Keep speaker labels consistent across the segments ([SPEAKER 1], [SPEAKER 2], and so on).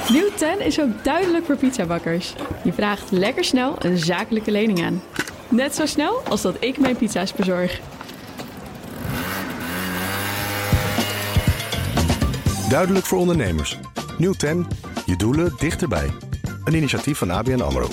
[SPEAKER 1] Nieuw 10 is ook duidelijk voor pizzabakkers. Je vraagt lekker snel een zakelijke lening aan. Net zo snel als dat ik mijn pizza's bezorg.
[SPEAKER 2] Duidelijk voor ondernemers. Nieuw 10. Je doelen dichterbij. Een initiatief van ABN AMRO.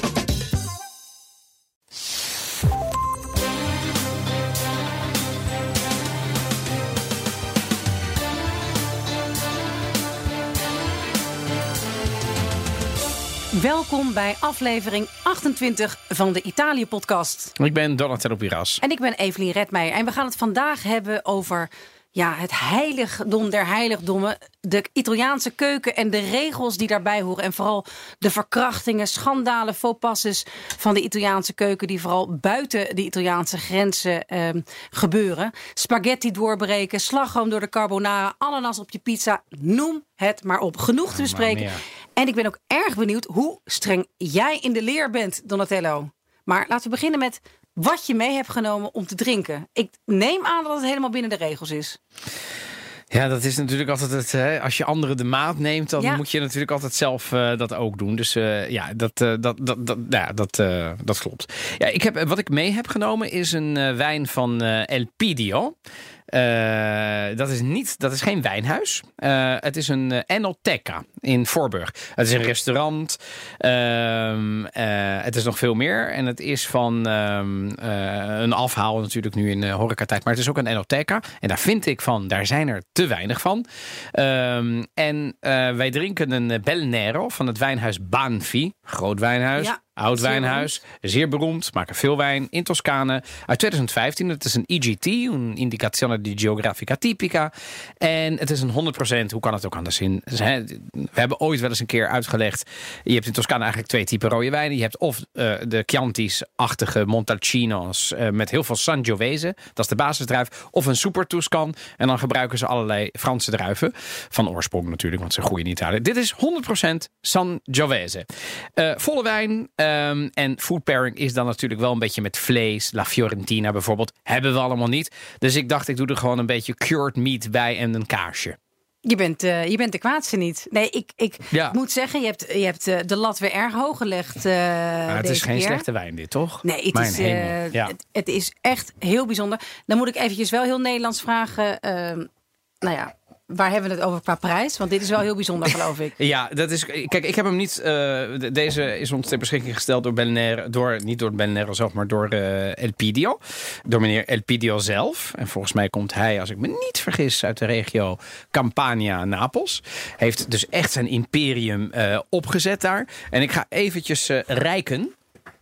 [SPEAKER 3] Welkom bij aflevering 28 van de Italië-podcast.
[SPEAKER 4] Ik ben Donatello Piras.
[SPEAKER 3] En ik ben Evelien Redmeijer. En we gaan het vandaag hebben over het heiligdom der heiligdommen. De Italiaanse keuken en de regels die daarbij horen. En vooral de verkrachtingen, schandalen, faux passes van de Italiaanse keuken. Die vooral buiten de Italiaanse grenzen gebeuren. Spaghetti doorbreken, slagroom door de carbonara, ananas op je pizza. Noem het maar op. Genoeg te bespreken. En ik ben ook erg benieuwd hoe streng jij in de leer bent, Donatello. Maar laten we beginnen met wat je mee hebt genomen om te drinken. Ik neem aan dat het helemaal binnen de regels is.
[SPEAKER 4] Ja, dat is natuurlijk altijd het. Hè, als je anderen de maat neemt, dan moet je natuurlijk altijd zelf dat ook doen. Dus dat klopt. Ja, wat ik mee heb genomen is een wijn van Elpidio. Dat is geen wijnhuis. Het is een Enoteca in Voorburg. Het is een restaurant. Het is nog veel meer. En het is van een afhaal natuurlijk nu in horecatijd. Maar het is ook een Enoteca. En daar vind ik van, daar zijn er te weinig van. Wij drinken een Bel Nero van het wijnhuis Banfi. Groot wijnhuis. Ja. Oud wijnhuis, zeer beroemd, maken veel wijn in Toscane. Uit 2015, het is een IGT, een Indicazione di Geografica Tipica. En het is een 100%, hoe kan het ook anders in? We hebben ooit wel eens een keer uitgelegd, je hebt in Toscane eigenlijk twee typen rode wijnen. Je hebt of de Chianti's-achtige Montalcino's met heel veel Sangiovese, dat is de basisdruif, of een Super Tuscan. En dan gebruiken ze allerlei Franse druiven, van oorsprong natuurlijk, want ze groeien in Italië. Dit is 100% Sangiovese. Volle wijn. En food pairing is dan natuurlijk wel een beetje met vlees. La Fiorentina bijvoorbeeld. Hebben we allemaal niet. Dus ik dacht, ik doe er gewoon een beetje cured meat bij en een kaarsje.
[SPEAKER 3] Je bent de kwaadste niet. Nee, ik moet zeggen, je hebt de lat weer erg hoog gelegd.
[SPEAKER 4] Het is geen slechte wijn dit, toch?
[SPEAKER 3] Nee, het is echt heel bijzonder. Dan moet ik eventjes wel heel Nederlands vragen. Waar hebben we het over qua prijs? Want dit is wel heel bijzonder, geloof ik.
[SPEAKER 4] Ja, dat is. Kijk, ik heb hem niet. Deze is ons ter beschikking gesteld door Belnero. Niet door Belnero zelf, maar door Elpidio. Door meneer Elpidio zelf. En volgens mij komt hij, als ik me niet vergis, uit de regio Campania, Napels. Heeft dus echt zijn imperium opgezet daar. En ik ga eventjes rijken.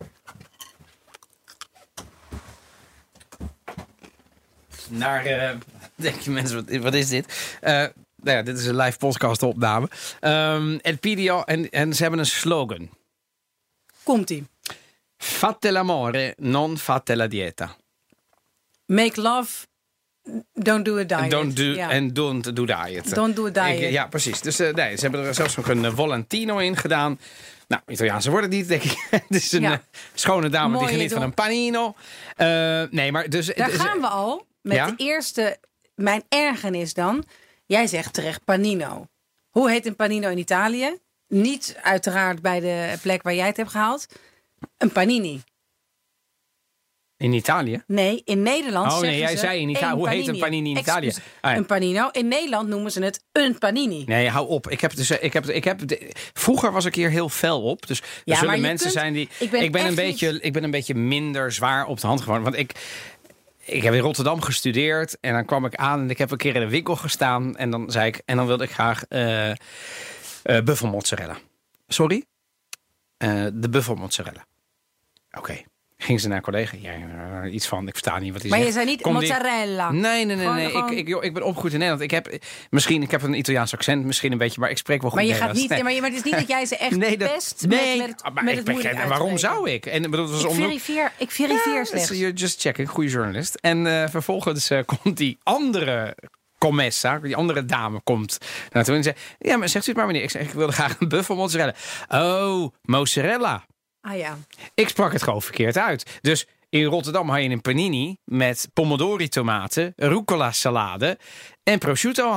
[SPEAKER 4] Naar. Denk je mensen, wat is dit? Dit is een live podcast opname. Elpidio en ze hebben een slogan.
[SPEAKER 3] Komt-ie.
[SPEAKER 4] Fate l'amore, non fate la dieta.
[SPEAKER 3] Make love, don't do a diet.
[SPEAKER 4] Don't do diet.
[SPEAKER 3] Don't do a diet.
[SPEAKER 4] Ja, precies. Dus ze hebben er zelfs nog een Volantino in gedaan. Nou, Italiaanse wordt het niet, denk ik. Het is een schone dame die geniet van een panino.
[SPEAKER 3] Daar gaan we al. Met de eerste, mijn ergernis dan. Jij zegt terecht panino. Hoe heet een panino in Italië? Niet uiteraard bij de plek waar jij het hebt gehaald. Een panini.
[SPEAKER 4] In Italië?
[SPEAKER 3] Nee, in Nederland zeggen
[SPEAKER 4] jij zei in Italië. Hoe heet een panini in Italië?
[SPEAKER 3] Een panino. In Nederland noemen ze het een panini.
[SPEAKER 4] Nee, hou op. Vroeger was ik hier heel fel op. Dus er zullen mensen zijn die. Ik ben een beetje minder zwaar op de hand geworden. Want ik heb in Rotterdam gestudeerd en dan kwam ik aan en ik heb een keer in een winkel gestaan en dan zei ik, en dan wilde ik graag buffelmozzarella. Sorry? De buffelmozzarella. Oké. Ging ze naar een collega. Ja, iets van, ik versta niet wat hij zegt.
[SPEAKER 3] Maar je zei niet mozzarella.
[SPEAKER 4] Nee. Ik ben opgegroeid in Nederland. Ik heb een Italiaans accent, misschien een beetje, maar ik spreek wel goed Nederlands.
[SPEAKER 3] Maar je gaat niet, maar het is niet dat jij ze echt pest met het moeilijk
[SPEAKER 4] waarom zou ik? En,
[SPEAKER 3] ik verifieer slechts.
[SPEAKER 4] You're just checking, goede journalist. En vervolgens komt die andere commessa, die andere dame komt naartoe en zegt, ja, maar zegt u het maar meneer. Ik wilde graag een buffel mozzarella. Oh, mozzarella.
[SPEAKER 3] Ah ja.
[SPEAKER 4] Ik sprak het gewoon verkeerd uit. Dus in Rotterdam had je een panini met pomodori tomaten, rucola salade en prosciutto ham.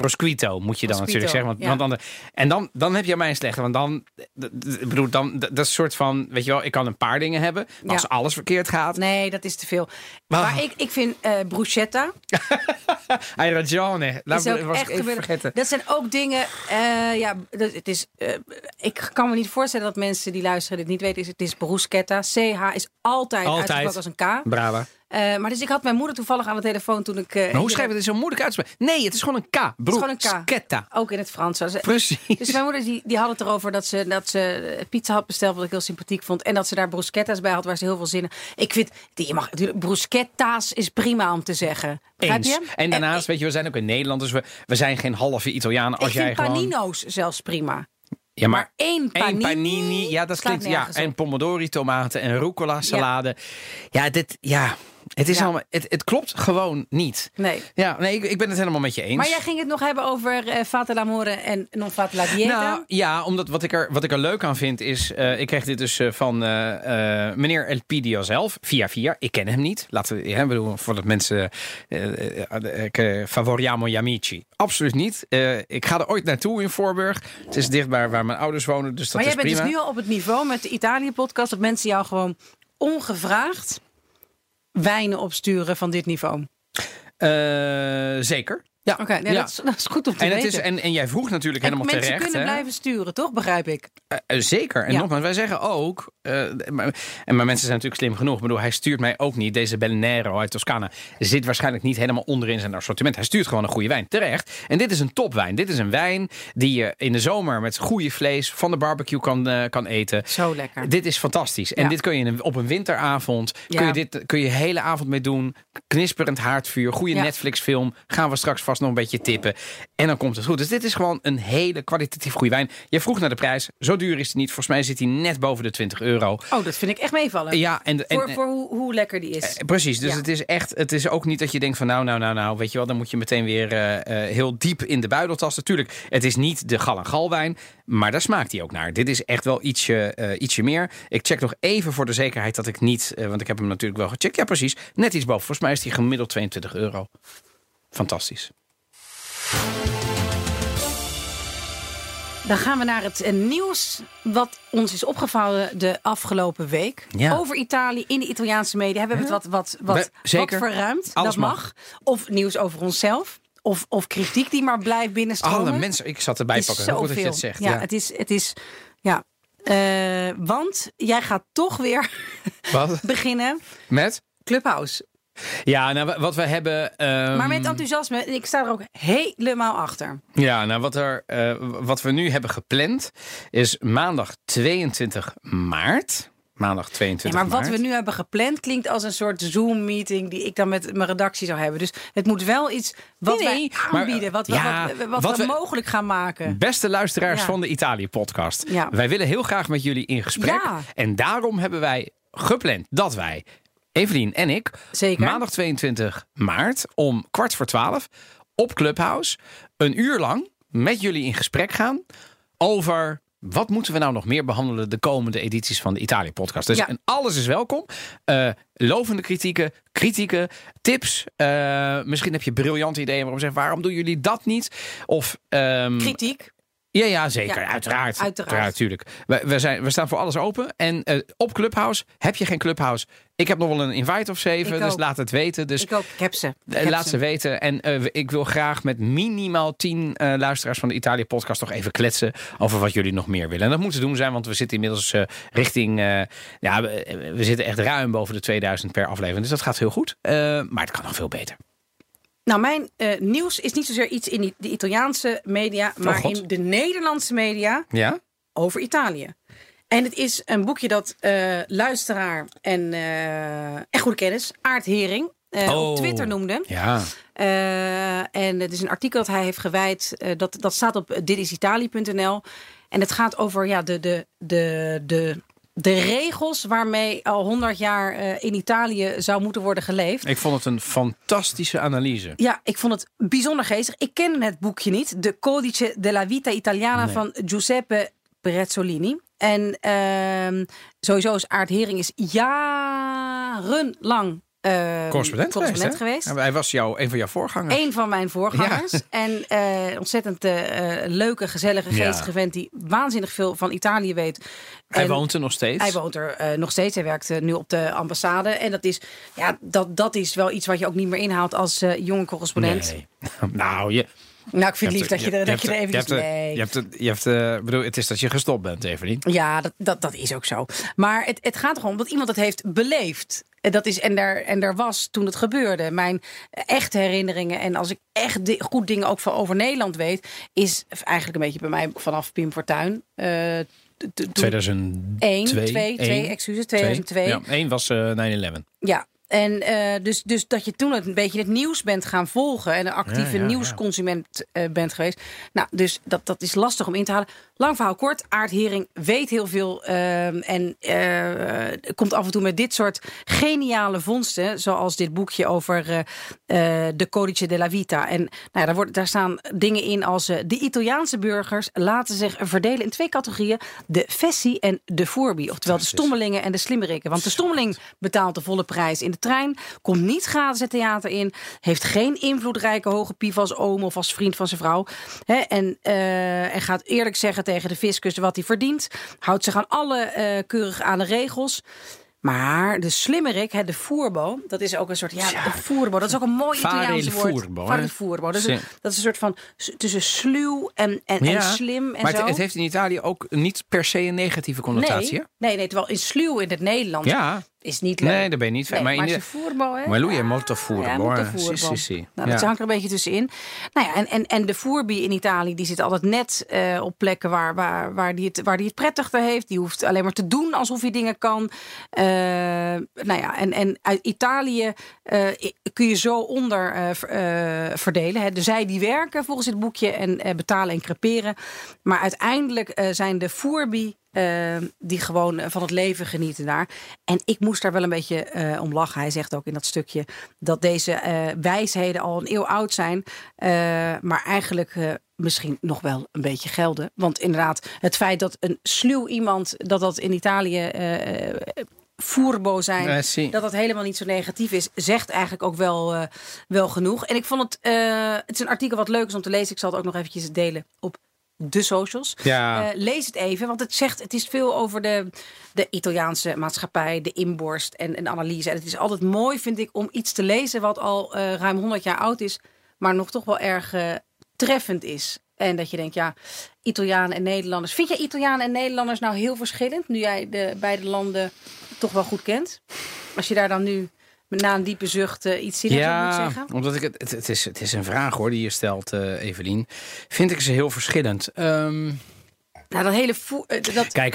[SPEAKER 4] prosciutto moet je dan natuurlijk zeggen. Dan heb je mij een slechte. Want dan, dat is een soort van, weet je wel, ik kan een paar dingen hebben. Maar als alles verkeerd gaat...
[SPEAKER 3] Nee, dat is te veel. Maar ik vind bruschetta...
[SPEAKER 4] Hai ragione. Vergeten.
[SPEAKER 3] Dat zijn ook dingen... het is, ik kan me niet voorstellen dat mensen die luisteren dit niet weten. Het is bruschetta. CH is altijd uitgesproken als een K.
[SPEAKER 4] Brava.
[SPEAKER 3] Maar dus ik had mijn moeder toevallig aan de telefoon toen ik...
[SPEAKER 4] maar hoe schrijf je het zo moeilijk uitspreken? Nee, het is gewoon een K. Bruschetta.
[SPEAKER 3] Ook in het Frans.
[SPEAKER 4] Precies.
[SPEAKER 3] Dus mijn moeder die had het erover dat ze pizza had besteld, wat ik heel sympathiek vond. En dat ze daar bruschetta's bij had, waar ze heel veel zin in. Ik vind, je mag natuurlijk, bruschetta's is prima om te zeggen. Begrijp je?
[SPEAKER 4] En daarnaast, weet je, we zijn ook in Nederland, dus we zijn geen halve Italianen. Als jij gewoon...
[SPEAKER 3] panino's zelfs prima.
[SPEAKER 4] Ja, maar
[SPEAKER 3] één panini.
[SPEAKER 4] Ja, dat klinkt. Ja, en pomodori tomaten en rucola salade. Ja, het is allemaal. Het klopt gewoon niet.
[SPEAKER 3] Nee.
[SPEAKER 4] Ja, nee, ik ben het helemaal met je eens.
[SPEAKER 3] Maar jij ging het nog hebben over Fata l'amore en non fata la dieta.
[SPEAKER 4] Nou, ja, omdat wat ik er leuk aan vind is... ik kreeg dit dus van meneer Elpidio zelf. Via. Ik ken hem niet. Laten we bedoelen, voordat mensen... favoriamo gli amici. Absoluut niet. Ik ga er ooit naartoe in Voorburg. Het is dichtbij waar mijn ouders wonen, dus dat is prima.
[SPEAKER 3] Maar jij bent dus nu al op het niveau met de Italië-podcast... dat mensen jou gewoon ongevraagd wijnen opsturen van dit niveau.
[SPEAKER 4] Zeker. Ja,
[SPEAKER 3] dat is goed om te weten.
[SPEAKER 4] En jij vroeg natuurlijk helemaal terecht.
[SPEAKER 3] Mensen kunnen blijven sturen, toch? Begrijp ik.
[SPEAKER 4] Zeker. En nogmaals, wij zeggen ook... maar mensen zijn natuurlijk slim genoeg. Ik bedoel, hij stuurt mij ook niet. Deze Bellinero uit Toscana zit waarschijnlijk niet helemaal onderin zijn assortiment. Hij stuurt gewoon een goede wijn. Terecht. En dit is een topwijn. Dit is een wijn die je in de zomer met goede vlees van de barbecue kan eten.
[SPEAKER 3] Zo lekker.
[SPEAKER 4] Dit is fantastisch. En dit kun je op een winteravond... kun je hele avond mee doen. Knisperend haardvuur. Goede Netflix-film. Gaan we straks vast nog een beetje tippen. En dan komt het goed. Dus dit is gewoon een hele kwalitatief goede wijn. Jij vroeg naar de prijs. Zo duur is het niet. Volgens mij zit hij net boven de €20.
[SPEAKER 3] Oh, dat vind ik echt meevallen.
[SPEAKER 4] Ja,
[SPEAKER 3] voor hoe lekker die is.
[SPEAKER 4] Precies. Dus het is ook niet dat je denkt van nou, weet je wel, dan moet je meteen weer heel diep in de buidel tasten. Tuurlijk, het is niet de gal en galwijn, maar daar smaakt hij ook naar. Dit is echt wel ietsje meer. Ik check nog even voor de zekerheid dat ik niet, want ik heb hem natuurlijk wel gecheckt. Ja, precies. Net iets boven. Volgens mij is hij gemiddeld €22. Fantastisch.
[SPEAKER 3] Dan gaan we naar het nieuws wat ons is opgevallen de afgelopen week. Ja. Over Italië in de Italiaanse media. Hebben we het wat verruimd. Alles dat mag. Of nieuws over onszelf. Of kritiek die maar blijft binnenstromen.
[SPEAKER 4] Alle mensen, ik zat erbij pakken. Hoe dat je het zegt.
[SPEAKER 3] Ja, het is want jij gaat toch weer beginnen
[SPEAKER 4] met
[SPEAKER 3] Clubhouse.
[SPEAKER 4] Ja, nou, wat we hebben...
[SPEAKER 3] Maar met enthousiasme, ik sta er ook helemaal achter.
[SPEAKER 4] Ja, nou, wat we nu hebben gepland is maandag 22 maart. Maandag 22
[SPEAKER 3] maart. Maar wat we nu hebben gepland klinkt als een soort Zoom-meeting die ik dan met mijn redactie zou hebben. Dus het moet wel iets wat wij aanbieden, wat we mogelijk gaan maken.
[SPEAKER 4] Beste luisteraars van de Italië-podcast. Ja. Wij willen heel graag met jullie in gesprek. Ja. En daarom hebben wij gepland dat wij... Evelien en ik, maandag 22 maart om 11:15 op Clubhouse... een uur lang met jullie in gesprek gaan over... wat moeten we nou nog meer behandelen de komende edities van de Italië-podcast. Dus en alles is welkom. Lovende kritieken, tips. Misschien heb je briljante ideeën waarom zeggen... waarom doen jullie dat niet? Of
[SPEAKER 3] kritiek.
[SPEAKER 4] Ja, zeker. Ja, uiteraard, tuurlijk. We staan voor alles open. En op Clubhouse, heb je geen Clubhouse... Ik heb nog wel een invite of 7, dus laat het weten. Dus
[SPEAKER 3] ik ook, ik heb ze.
[SPEAKER 4] Laat ze weten. En ik wil graag met minimaal 10 luisteraars van de Italië-podcast... nog even kletsen over wat jullie nog meer willen. En dat moet te doen zijn, want we zitten inmiddels richting... we zitten echt ruim boven de 2000 per aflevering. Dus dat gaat heel goed. Maar het kan nog veel beter.
[SPEAKER 3] Nou, mijn nieuws is niet zozeer iets in de Italiaanse media... maar in de Nederlandse media over Italië. En het is een boekje dat luisteraar en goede kennis, Aart Hering, op Twitter noemde. Ja. En het is een artikel dat hij heeft gewijd. Dat staat op ditisitalië.nl. En het gaat over de regels waarmee al 100 jaar in Italië zou moeten worden geleefd.
[SPEAKER 4] Ik vond het een fantastische analyse.
[SPEAKER 3] Ja, ik vond het bijzonder geestig. Ik ken het boekje niet. De Codice della Vita Italiana van Giuseppe Prezzolini. En sowieso is Aart Hering jarenlang
[SPEAKER 4] correspondent
[SPEAKER 3] geweest.
[SPEAKER 4] Ja, hij was een van jouw voorgangers.
[SPEAKER 3] Een van mijn voorgangers. Ja. En ontzettend leuke, gezellige, geestige vent die waanzinnig veel van Italië weet.
[SPEAKER 4] Hij woont er nog steeds.
[SPEAKER 3] Hij woont er nog steeds. Hij werkt nu op de ambassade. En dat is wel iets wat je ook niet meer inhaalt als jonge correspondent.
[SPEAKER 4] Nee.
[SPEAKER 3] Nou, ik vind het lief dat je er even...
[SPEAKER 4] bedoel, het is dat je gestopt bent, Evelien.
[SPEAKER 3] Ja, dat is ook zo. Maar het gaat erom dat iemand het heeft beleefd. Dat is, en daar was toen het gebeurde. Mijn echte herinneringen, en als ik echt goed dingen ook van over Nederland weet, is eigenlijk een beetje bij mij vanaf Pim Fortuyn.
[SPEAKER 4] 2001,
[SPEAKER 3] 2002.
[SPEAKER 4] Ja, 1 was 9/11.
[SPEAKER 3] Ja. En dus dat je toen een beetje het nieuws bent gaan volgen en een actieve nieuwsconsument bent geweest. Nou, dus dat is lastig om in te halen. Lang verhaal kort, Aart Hering weet heel veel en komt af en toe met dit soort geniale vondsten, zoals dit boekje over de Codice della Vita. En daar staan dingen in als de Italiaanse burgers laten zich verdelen in 2 categorieën: de fessi en de furbi, oftewel de stommelingen en de slimmerikken. Want de stommeling betaalt de volle prijs in de trein, komt niet gratis het theater in, heeft geen invloedrijke hoge pief als oom of als vriend van zijn vrouw. En gaat eerlijk zeggen tegen de fiscus wat hij verdient, houdt zich aan alle keurig aan de regels. Maar de slimmerik, de furbo, dat is ook een soort... de furbo, dat is ook een mooi Italiaans woord. Fare furbo. Dat is een soort van tussen sluw en slim en
[SPEAKER 4] maar
[SPEAKER 3] zo.
[SPEAKER 4] Het heeft in Italië ook niet per se een negatieve connotatie.
[SPEAKER 3] Nee, terwijl in sluw in het Nederlands is niet leuk.
[SPEAKER 4] Nee, daar ben je niet van.
[SPEAKER 3] Nee, maar is furbo, hè?
[SPEAKER 4] Maar lui è molto furbo.
[SPEAKER 3] Ja, molto furbo.
[SPEAKER 4] Sì.
[SPEAKER 3] Nou, dat hangt er een beetje tussenin. Nou ja, en de furbi in Italië, die zit altijd net op plekken waar die het prettig heeft. Die hoeft alleen maar te doen alsof hij dingen kan. En uit Italië kun je zo onder verdelen. Hè. Zij die werken volgens dit boekje en betalen en creperen. Maar uiteindelijk zijn de furbi die gewoon van het leven genieten daar. En ik moest daar wel een beetje om lachen. Hij zegt ook in dat stukje dat deze wijsheden al een eeuw oud zijn. Maar eigenlijk misschien nog wel een beetje gelden. Want inderdaad, het feit dat een sluw iemand, dat in Italië furbo zijn, dat helemaal niet zo negatief is, zegt eigenlijk ook wel genoeg. En ik vond het is een artikel wat leuk is om te lezen. Ik zal het ook nog eventjes delen op de socials.
[SPEAKER 4] Ja.
[SPEAKER 3] Lees het even, want het is veel over de Italiaanse maatschappij, de inborst en de analyse. En het is altijd mooi, vind ik, om iets te lezen wat al ruim 100 jaar oud is, maar nog toch wel erg treffend is. En dat je denkt, Italianen en Nederlanders. Vind jij Italianen en Nederlanders nou heel verschillend, nu jij de beide landen toch wel goed kent? Als je daar dan nu na een diepe zucht iets zinnigs op moet zeggen?
[SPEAKER 4] Ja, omdat het is een vraag hoor die je stelt, Evelien. Vind ik ze heel verschillend.
[SPEAKER 3] Dat hele...
[SPEAKER 4] Kijk,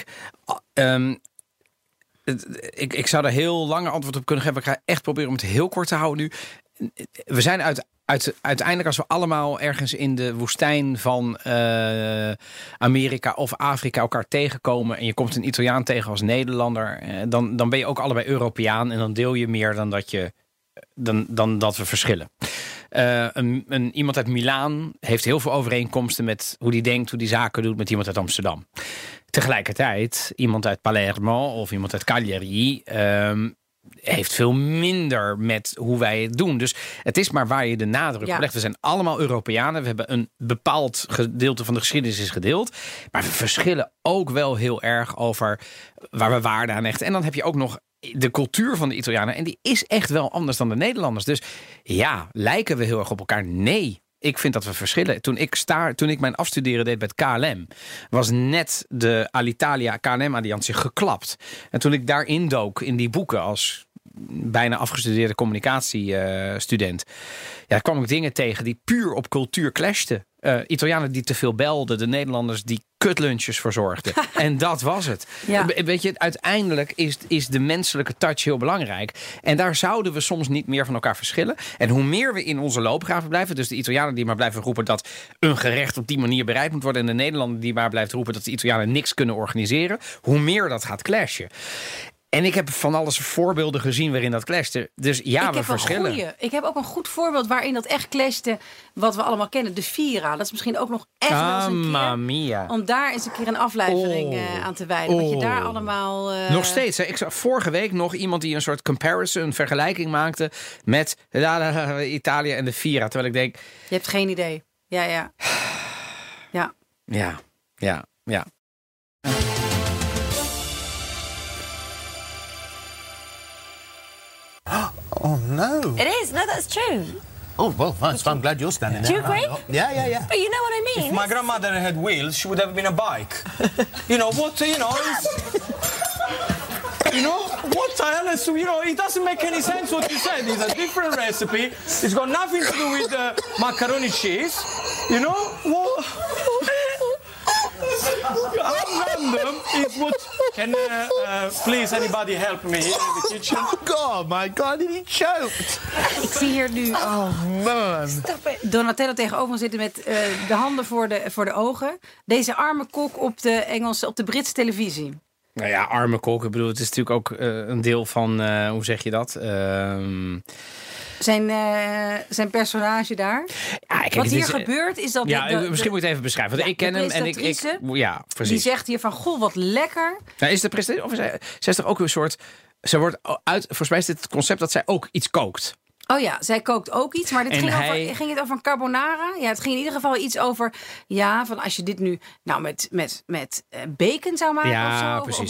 [SPEAKER 4] ik zou daar heel lange antwoord op kunnen geven. Ik ga echt proberen om het heel kort te houden nu. We zijn uiteindelijk, als we allemaal ergens in de woestijn van Amerika of Afrika elkaar tegenkomen en je komt een Italiaan tegen als Nederlander, dan ben je ook allebei Europeaan en dan deel je meer dan dat we verschillen. Iemand uit Milaan heeft heel veel overeenkomsten met hoe die denkt, hoe die zaken doet met iemand uit Amsterdam. Tegelijkertijd, iemand uit Palermo of iemand uit Cagliari heeft veel minder met hoe wij het doen. Dus het is maar waar je de nadruk op legt. We zijn allemaal Europeanen. We hebben een bepaald gedeelte van de geschiedenis is gedeeld. Maar we verschillen ook wel heel erg over waar we waarde aan hechten. En dan heb je ook nog de cultuur van de Italianen. En die is echt wel anders dan de Nederlanders. Dus lijken we heel erg op elkaar? Nee. Ik vind dat we verschillen. Toen ik mijn afstuderen deed bij het KLM, was net de Alitalia KLM-alliantie geklapt. En toen ik daarin dook, in die boeken als bijna afgestudeerde communicatiestudent, kwam ik dingen tegen die puur op cultuur clashten. Italianen die te veel belden, de Nederlanders die kutlunches verzorgden. En dat was het. Ja. Weet je, uiteindelijk is de menselijke touch heel belangrijk. En daar zouden we soms niet meer van elkaar verschillen. En hoe meer we in onze loopgraven blijven, dus de Italianen die maar blijven roepen dat een gerecht op die manier bereid moet worden en de Nederlander die maar blijft roepen dat de Italianen niks kunnen organiseren, hoe meer dat gaat clashen. En ik heb van alles voorbeelden gezien waarin dat clashte. Dus ja, we verschillen.
[SPEAKER 3] Ik heb ook een goed voorbeeld waarin dat echt clashte. Wat we allemaal kennen, de Vira. Dat is misschien ook nog echt wel eens een keer...
[SPEAKER 4] Mia.
[SPEAKER 3] Om daar eens een keer een aflevering aan te wijden. Wat je daar allemaal...
[SPEAKER 4] Nog steeds. Hè? Ik zag vorige week nog iemand die een soort comparison, een vergelijking maakte met Italië en de Vira. Terwijl ik denk...
[SPEAKER 3] Je hebt geen idee. Ja.
[SPEAKER 5] Oh, no.
[SPEAKER 6] It is. No, that's true.
[SPEAKER 5] Oh, well, fine. So I'm glad you're standing there.
[SPEAKER 6] Do you agree?
[SPEAKER 5] Yeah.
[SPEAKER 6] But you know what I mean?
[SPEAKER 7] If my grandmother had wheels, she would have been a bike. You know, what the hell it doesn't make any sense what you said. It's a different recipe. It's got nothing to do with macaroni cheese. You know? How random is what... Can please anybody help me here in the kitchen?
[SPEAKER 5] Oh, God, my God, he choked.
[SPEAKER 3] Ik zie hier nu Donatello tegenover me zitten met de handen voor de ogen. Deze arme kok op de Britse televisie.
[SPEAKER 4] Nou ja, arme kok. Ik bedoel, het is natuurlijk ook een deel van... hoe zeg je dat?
[SPEAKER 3] Zijn personage daar.
[SPEAKER 4] Ja, kijk,
[SPEAKER 3] wat hier gebeurt is dat...
[SPEAKER 4] misschien moet ik het even beschrijven. Want ik ken hem en ik... Ja, precies.
[SPEAKER 3] Die zegt hier van, goh, wat lekker.
[SPEAKER 4] Nou, is de presentatie... Of zij is toch ook een soort... Ze wordt volgens mij is dit het concept dat zij ook iets kookt.
[SPEAKER 3] Oh ja, zij kookt ook iets. Maar ging het over een carbonara? Ja, het ging in ieder geval iets over... Ja, van als je dit nu met bacon zou maken of zo.
[SPEAKER 4] Ja, precies.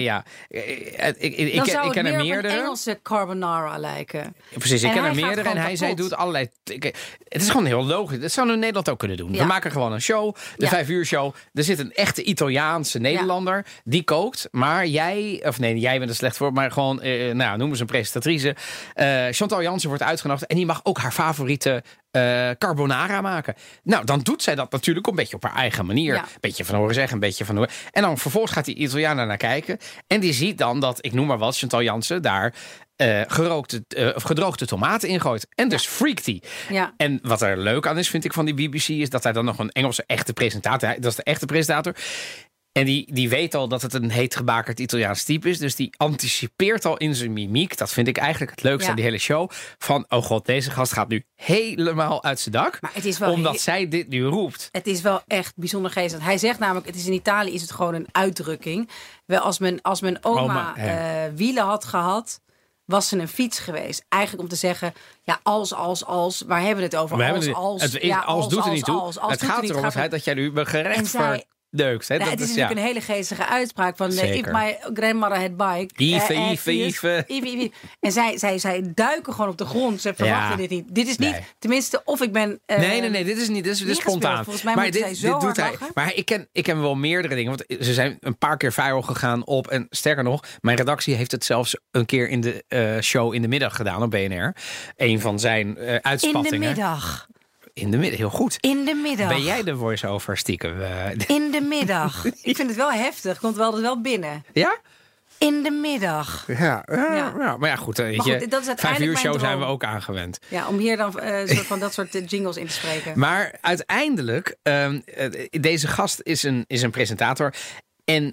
[SPEAKER 3] Ik
[SPEAKER 4] ken er meerdere.
[SPEAKER 3] Een Engelse carbonara lijken.
[SPEAKER 4] Precies, ik ken er meerdere. En zij doet allerlei... Het is gewoon heel logisch. Dat zouden we in Nederland ook kunnen doen. Ja. We maken gewoon een show. De 5 uur show. Er zit een echte Italiaanse Nederlander. Die kookt. Maar jij bent er slecht voor. Maar gewoon, noemen ze een presentatrice. Chantal Jansen wordt uitgenodigd en die mag ook haar favoriete carbonara maken. Nou, dan doet zij dat natuurlijk een beetje op haar eigen manier. Een beetje van horen zeggen, een beetje van horen. En dan vervolgens gaat die Italiaan naar kijken en die ziet dan dat, ik noem maar wat, Chantal Jansen daar gedroogde tomaten ingooit. En dus freakt hij. Ja. En wat er leuk aan is, vind ik, van die BBC, is dat hij dan nog een Engelse echte presentator, dat is de echte presentator. En die weet al dat het een heet gebakerd Italiaans type is. Dus die anticipeert al in zijn mimiek. Dat vind ik eigenlijk het leukste aan die hele show. Van, oh god, deze gast gaat nu helemaal uit zijn dak. Maar het is wel omdat zij dit nu roept.
[SPEAKER 3] Het is wel echt bijzonder geestig. Hij zegt namelijk, het is in Italië is het gewoon een uitdrukking. Wel, als mijn oma wielen had gehad, was ze een fiets geweest. Eigenlijk om te zeggen, ja, als, waar hebben we het over?
[SPEAKER 4] Als doet er niet toe. Het gaat erom dat jij nu gerecht voor... Leuk, hè?
[SPEAKER 3] Het is natuurlijk een hele geestige uitspraak van if my grandmother had bike. Even. En zij duiken gewoon op de grond. Ze verwachten dit niet. Dit is niet, tenminste, of ik ben...
[SPEAKER 4] Nee, dit is niet. Dit is spontaan.
[SPEAKER 3] Volgens mij maar dit doet hij.
[SPEAKER 4] Maar ik ken wel meerdere dingen. Want ze zijn een paar keer viral gegaan op. En sterker nog, mijn redactie heeft het zelfs een keer in de show in de middag gedaan op BNR. Een van zijn uitspattingen.
[SPEAKER 3] In de middag.
[SPEAKER 4] In de middag, heel goed.
[SPEAKER 3] In de middag.
[SPEAKER 4] Ben jij de voice-over stiekem?
[SPEAKER 3] In de middag. Ik vind het wel heftig. Komt wel binnen.
[SPEAKER 4] Ja?
[SPEAKER 3] In de middag.
[SPEAKER 4] Ja. Maar ja, goed. Dat is 5 uur show zijn we ook aangewend.
[SPEAKER 3] Ja, om hier dan soort van dat soort jingles in te spreken.
[SPEAKER 4] Maar uiteindelijk, deze gast is een presentator. En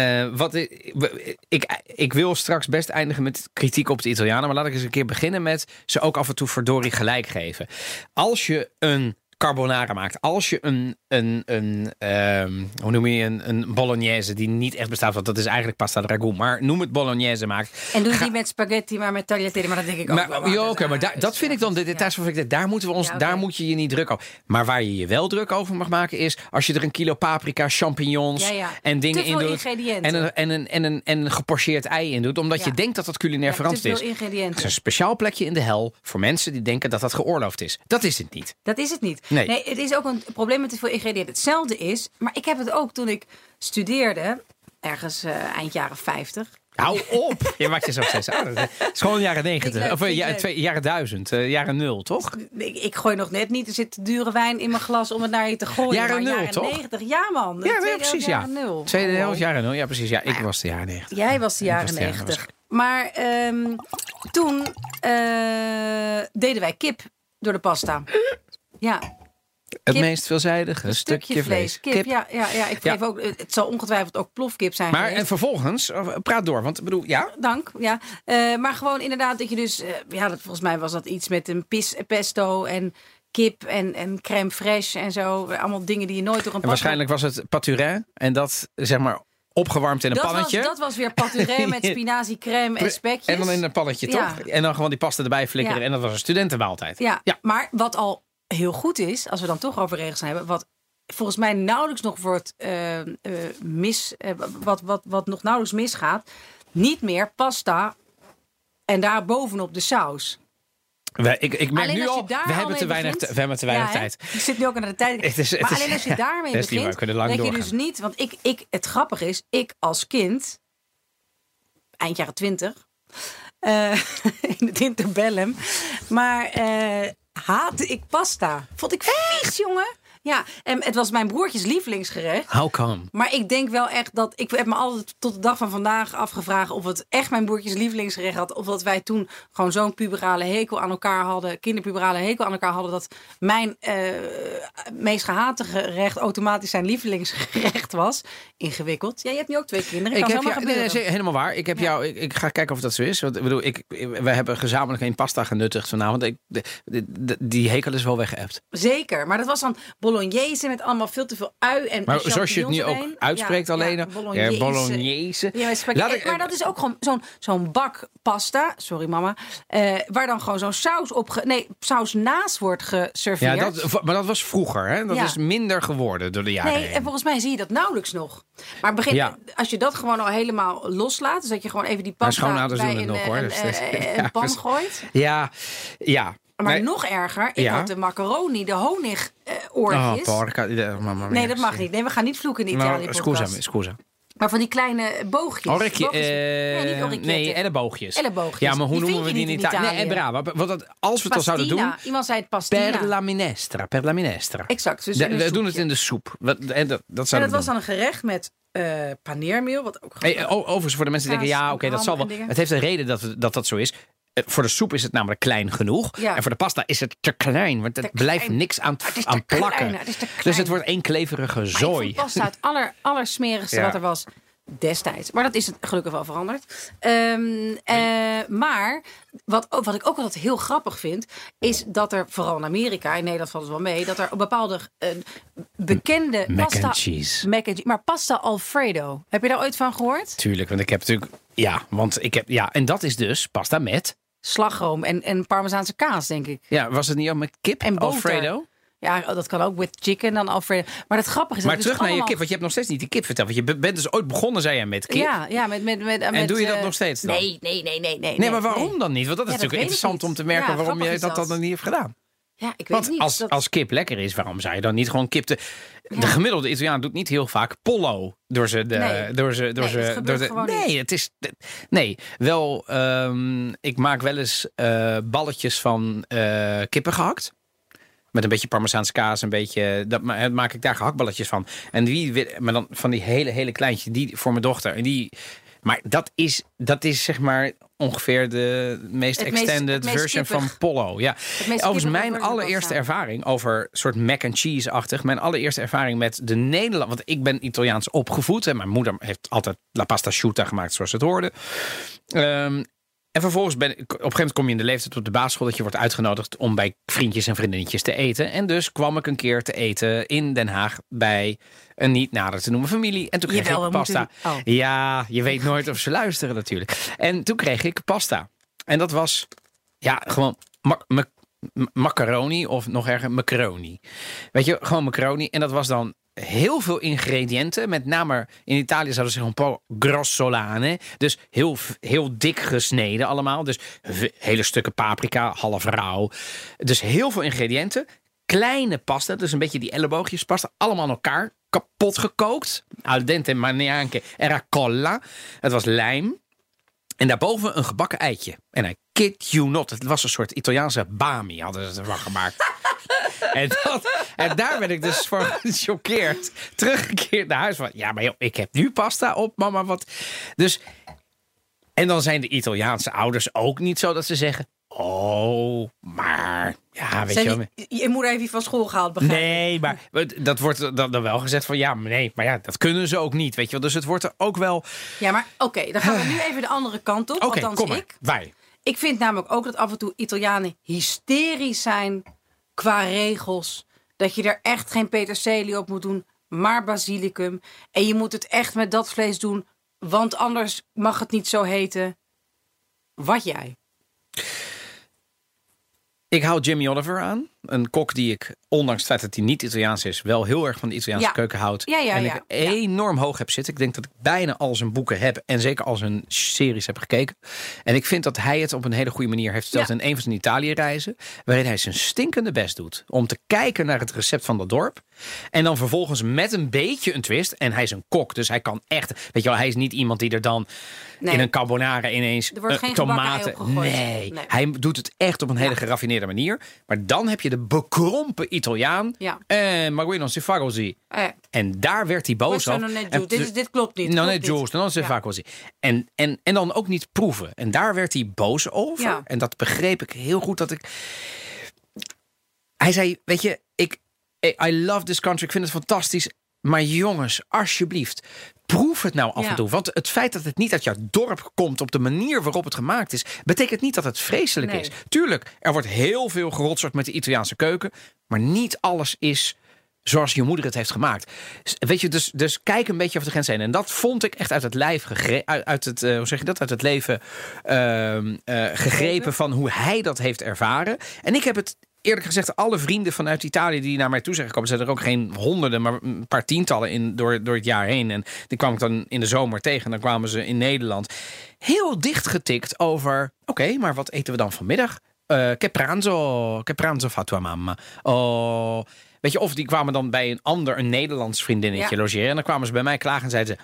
[SPEAKER 4] ik wil straks best eindigen met kritiek op de Italianen. Maar laat ik eens een keer beginnen met ze ook af en toe verdorie gelijk geven. Als je een carbonara maakt. Als je een bolognese die niet echt bestaat, want dat is eigenlijk pasta de ragout, maar noem het bolognese maakt.
[SPEAKER 3] En doe die met spaghetti, maar met tagliatelle, maar dat denk ik ook.
[SPEAKER 4] Maar dat vind ik dan de details van. Daar moet je niet druk over. Maar waar je wel druk over mag maken is als je er een kilo paprika, champignons en dingen in doet en een gepocheerd ei in doet, omdat je denkt dat dat culinair veranderd is. Het is een speciaal plekje in de hel voor mensen die denken dat dat geoorloofd is. Dat is het niet.
[SPEAKER 3] Dat is het niet. Nee, het is ook een probleem met te veel ingrediënten. Hetzelfde is, maar ik heb het ook toen ik studeerde, ergens eind jaren 50.
[SPEAKER 4] Hou op! Je maakt jezelf steeds ouder. Het is gewoon jaren 90. Of jaren 1000. Jaren 0, toch?
[SPEAKER 3] Ik gooi nog net niet. Er zit dure wijn in mijn glas om het naar je te gooien.
[SPEAKER 4] Jaren 0, toch?
[SPEAKER 3] 90. Ja, man.
[SPEAKER 4] Ja, precies. Tweede helft jaren 0. Ja, precies. Ja, ik was de jaren 90.
[SPEAKER 3] Jij was de jaren 90. Maar toen deden wij kip door de pasta. Ja.
[SPEAKER 4] Het meest veelzijdige stukje vlees.
[SPEAKER 3] Kip. Ja, ik geef ook. Het zal ongetwijfeld ook plofkip zijn.
[SPEAKER 4] Maar
[SPEAKER 3] geweest.
[SPEAKER 4] en vervolgens, praat door, want ik bedoel, ja.
[SPEAKER 3] Dank, ja. Maar gewoon inderdaad dat je dus, volgens mij was dat iets met een pesto en kip en crème fraîche en zo. Allemaal dingen die je nooit door een
[SPEAKER 4] En waarschijnlijk was het pâturé en dat zeg maar opgewarmd in een pannetje.
[SPEAKER 3] Dat was weer pâturé met spinazie, crème en spekjes.
[SPEAKER 4] En dan in een pannetje, toch? En dan gewoon die pasta erbij flikkeren en dat was een studentenmaaltijd.
[SPEAKER 3] Ja, maar wat al heel goed is, als we dan toch over regels hebben, wat volgens mij nauwelijks nog wordt wat nog nauwelijks misgaat, niet meer pasta en daar bovenop de saus.
[SPEAKER 4] Ik merk nu al, we hebben te weinig tijd.
[SPEAKER 3] Ik zit nu ook aan de tijd. Maar alleen als je daarmee begint, dat je dus niet. Want het grappige is, ik als kind, eind jaren 20, in het interbellum, maar haatte ik pasta. Vond ik vies, jongen. Ja, en het was mijn broertjes lievelingsgerecht.
[SPEAKER 4] How come?
[SPEAKER 3] Maar ik denk wel echt dat... Ik heb me altijd tot de dag van vandaag afgevraagd of het echt mijn broertjes lievelingsgerecht had. Of dat wij toen gewoon zo'n puberale hekel aan elkaar hadden. Kinderpuberale hekel aan elkaar hadden. Dat mijn meest gehate gerecht automatisch zijn lievelingsgerecht was. Ingewikkeld. Ja, je hebt nu ook 2 kinderen.
[SPEAKER 4] Helemaal waar. Ik ga kijken of dat zo is. Want, ik bedoel, we hebben gezamenlijk een pasta genuttigd vanavond. Die hekel is wel weggeëpt.
[SPEAKER 3] Zeker, maar dat was dan bolognese met allemaal veel te veel ui en
[SPEAKER 4] maar zoals je het nu ook uitspreekt alleen. Bolognese.
[SPEAKER 3] Maar dat is ook gewoon zo'n bak pasta. Sorry mama. Waar dan gewoon zo'n saus naast wordt geserveerd.
[SPEAKER 4] Ja, maar dat was vroeger. Hè? Dat is minder geworden door de jaren heen.
[SPEAKER 3] En volgens mij zie je dat nauwelijks nog. Maar als je dat gewoon al helemaal loslaat. Dus dat je gewoon even die pasta bij een pan gooit.
[SPEAKER 4] Ja.
[SPEAKER 3] Maar nog erger, ik had de macaroni, de honigoortjes. Nee, dat mag niet. Nee, we gaan niet vloeken in de Italië-podcast.
[SPEAKER 4] Scusa.
[SPEAKER 3] Maar van die kleine boogjes.
[SPEAKER 4] Nee, elleboogjes.
[SPEAKER 3] Ja,
[SPEAKER 4] maar hoe noemen we die in Italië? Nee, bravo. Want als we het al zouden doen...
[SPEAKER 3] Iemand zei het pastina.
[SPEAKER 4] Per la minestra.
[SPEAKER 3] Exact. Dus
[SPEAKER 4] we doen het in de soep. Dat
[SPEAKER 3] was dan een gerecht met paneermeel. Wat ook
[SPEAKER 4] overigens voor de mensen die denken, dat zal wel. Het heeft een reden dat zo is. Voor de soep is het namelijk klein genoeg. Ja. En voor de pasta is het te klein. Want er blijft niks aan plakken. Dus het wordt één kleverige zooi.
[SPEAKER 3] Ik vond pasta het allersmerigste wat er was destijds. Maar dat is het gelukkig wel veranderd. Maar wat ik ook altijd heel grappig vind, is dat er vooral in Amerika, in Nederland valt het wel mee, dat er bepaalde bekende
[SPEAKER 4] mac and cheese.
[SPEAKER 3] Maar pasta Alfredo. Heb je daar ooit van gehoord?
[SPEAKER 4] Tuurlijk, want ik heb natuurlijk... en dat is dus pasta met
[SPEAKER 3] slagroom en parmezaanse kaas, denk ik.
[SPEAKER 4] Ja, was het niet ook met kip en Alfredo?
[SPEAKER 3] Ja, dat kan ook with chicken dan Alfredo. Maar het grappige is...
[SPEAKER 4] Maar terug naar je kip, want je hebt nog steeds niet die kip verteld. Want je bent dus ooit begonnen, zei je, met kip.
[SPEAKER 3] Ja,
[SPEAKER 4] en doe je dat nog steeds dan?
[SPEAKER 3] Nee,
[SPEAKER 4] maar waarom dan niet? Want dat is natuurlijk interessant om te merken waarom je dat dan niet heeft gedaan.
[SPEAKER 3] Ja, ik weet niet.
[SPEAKER 4] Als kip lekker is, waarom zou je dan niet gewoon kip... De gemiddelde Italiaan doet niet heel vaak pollo door ze... Ik maak wel eens balletjes van kippen gehakt. Met een beetje parmezaanse kaas, een beetje... maak ik daar gehaktballetjes van. Maar dan van die hele kleintje, die voor mijn dochter. Maar dat is zeg maar ongeveer de meest extended version van pollo. Ja. Overigens mijn allereerste ervaring over soort mac and cheese-achtig. Mijn allereerste ervaring met de Nederland. Want ik ben Italiaans opgevoed. En mijn moeder heeft altijd la pasta asciutta gemaakt zoals het hoorde. En vervolgens op een gegeven moment kom je in de leeftijd op de basisschool dat je wordt uitgenodigd om bij vriendjes en vriendinnetjes te eten. En dus kwam ik een keer te eten in Den Haag bij een niet nader te noemen familie. En toen kreeg ik pasta. Ja, je weet nooit of ze luisteren natuurlijk. En toen kreeg ik pasta. En dat was gewoon macaroni of nog erger macaroni. Weet je, gewoon macaroni. En dat was dan heel veel ingrediënten. Met name in Italië zouden ze zeggen un po' grossolane. Dus heel dik gesneden allemaal. Dus hele stukken paprika, half rauw. Dus heel veel ingrediënten. Kleine pasta, dus een beetje die elleboogjes pasta. Allemaal aan elkaar kapot gekookt. Al dente ma neanche era colla. Het was lijm. En daarboven een gebakken eitje. En I kid you not. Het was een soort Italiaanse bami hadden ze ervan gemaakt. En daar ben ik dus voor gechoqueerd. Teruggekeerd naar huis. Van, ja, maar joh, ik heb nu pasta op, mama. Wat? Dus, en dan zijn de Italiaanse ouders ook niet zo dat ze zeggen... Oh, maar... Ja, weet je wel.
[SPEAKER 3] Je moeder heeft je van school gehaald, begrijp ik.
[SPEAKER 4] Nee, maar dat wordt dan wel gezegd van... Ja, maar nee, maar ja, dat kunnen ze ook niet, weet je wel. Dus het wordt er ook wel...
[SPEAKER 3] Ja, maar oké, dan gaan we nu even de andere kant op.
[SPEAKER 4] Oké,
[SPEAKER 3] althans
[SPEAKER 4] kom maar.
[SPEAKER 3] ik.
[SPEAKER 4] Wij.
[SPEAKER 3] Ik vind namelijk ook dat af en toe Italianen hysterisch zijn qua regels. Dat je er echt geen peterselie op moet doen, maar basilicum. En je moet het echt met dat vlees doen, want anders mag het niet zo heten. Wat jij?
[SPEAKER 4] Ik hou Jamie Oliver aan. Een kok die ik, ondanks het feit dat hij niet Italiaans is... wel heel erg van de Italiaanse keuken houdt. En ik enorm hoog heb zitten. Ik denk dat ik bijna al zijn boeken heb. En zeker al zijn series heb gekeken. En ik vind dat hij het op een hele goede manier heeft verteld... in een van zijn Italië-reizen. Waarin hij zijn stinkende best doet. Om te kijken naar het recept van dat dorp. En dan vervolgens met een beetje een twist. En hij is een kok. Dus hij kan echt... Weet je wel, hij is niet iemand die er dan... in een carbonara ineens
[SPEAKER 3] er wordt geen
[SPEAKER 4] tomaten. Nee, hij doet het echt op een hele geraffineerde manier. Maar dan heb je de bekrompen Italiaan. Maar non si fa così. En daar werd hij boos op.
[SPEAKER 3] Dit klopt niet.
[SPEAKER 4] Non è giusto, non si fa così. En dan ook niet proeven. En daar werd hij boos over. Ja. En dat begreep ik heel goed. Hij zei, weet je, I love this country. Ik vind het fantastisch. Maar jongens, alsjeblieft, proef het nou af en toe. Want het feit dat het niet uit jouw dorp komt op de manier waarop het gemaakt is... betekent niet dat het vreselijk is. Tuurlijk, er wordt heel veel gerotzerd met de Italiaanse keuken... maar niet alles is zoals je moeder het heeft gemaakt. Weet je, dus kijk een beetje over de grens heen. En dat vond ik echt uit het lijf uit het leven gegrepen van hoe hij dat heeft ervaren. En ik heb het... Eerlijk gezegd, alle vrienden vanuit Italië die naar mij toe zijn gekomen... zijn er ook geen honderden, maar een paar tientallen door het jaar heen. En die kwam ik dan in de zomer tegen. En dan kwamen ze in Nederland heel dicht getikt over... Oké, maar wat eten we dan vanmiddag? Che pranzo fa tua mamma? Oh, weet je, of die kwamen dan bij een Nederlands vriendinnetje logeren. En dan kwamen ze bij mij klagen en zeiden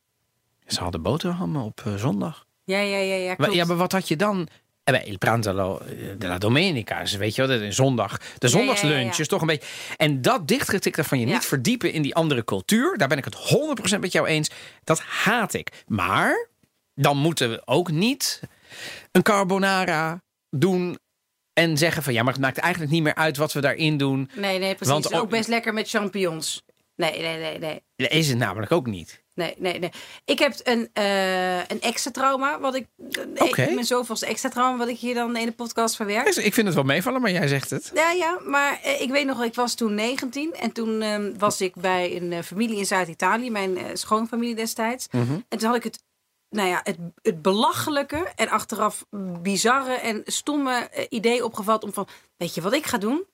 [SPEAKER 4] ze hadden boterhammen op zondag.
[SPEAKER 3] Ja,
[SPEAKER 4] klopt. Ja, maar wat had je dan... Il pranzo della domenica, weet je wel, de zondag. De zondagslunch is toch een beetje... En dat dichtgetikte van je niet verdiepen in die andere cultuur... daar ben ik het 100% met jou eens. Dat haat ik. Maar dan moeten we ook niet een carbonara doen... en zeggen van ja, maar het maakt eigenlijk niet meer uit wat we daarin doen. Nee,
[SPEAKER 3] precies. Want ook best lekker met champignons. Nee.
[SPEAKER 4] Dat is het namelijk ook niet.
[SPEAKER 3] Nee. Ik heb een extra trauma. Mijn zoveelste extra trauma wat ik hier dan in de podcast verwerk.
[SPEAKER 4] Ik vind het wel meevallen, maar jij zegt het.
[SPEAKER 3] Ja, maar ik weet nog, ik was toen 19. En toen was ik bij een familie in Zuid-Italië. Mijn schoonfamilie destijds. Mm-hmm. En toen had ik het belachelijke en achteraf bizarre en stomme idee opgevat om van... Weet je wat ik ga doen?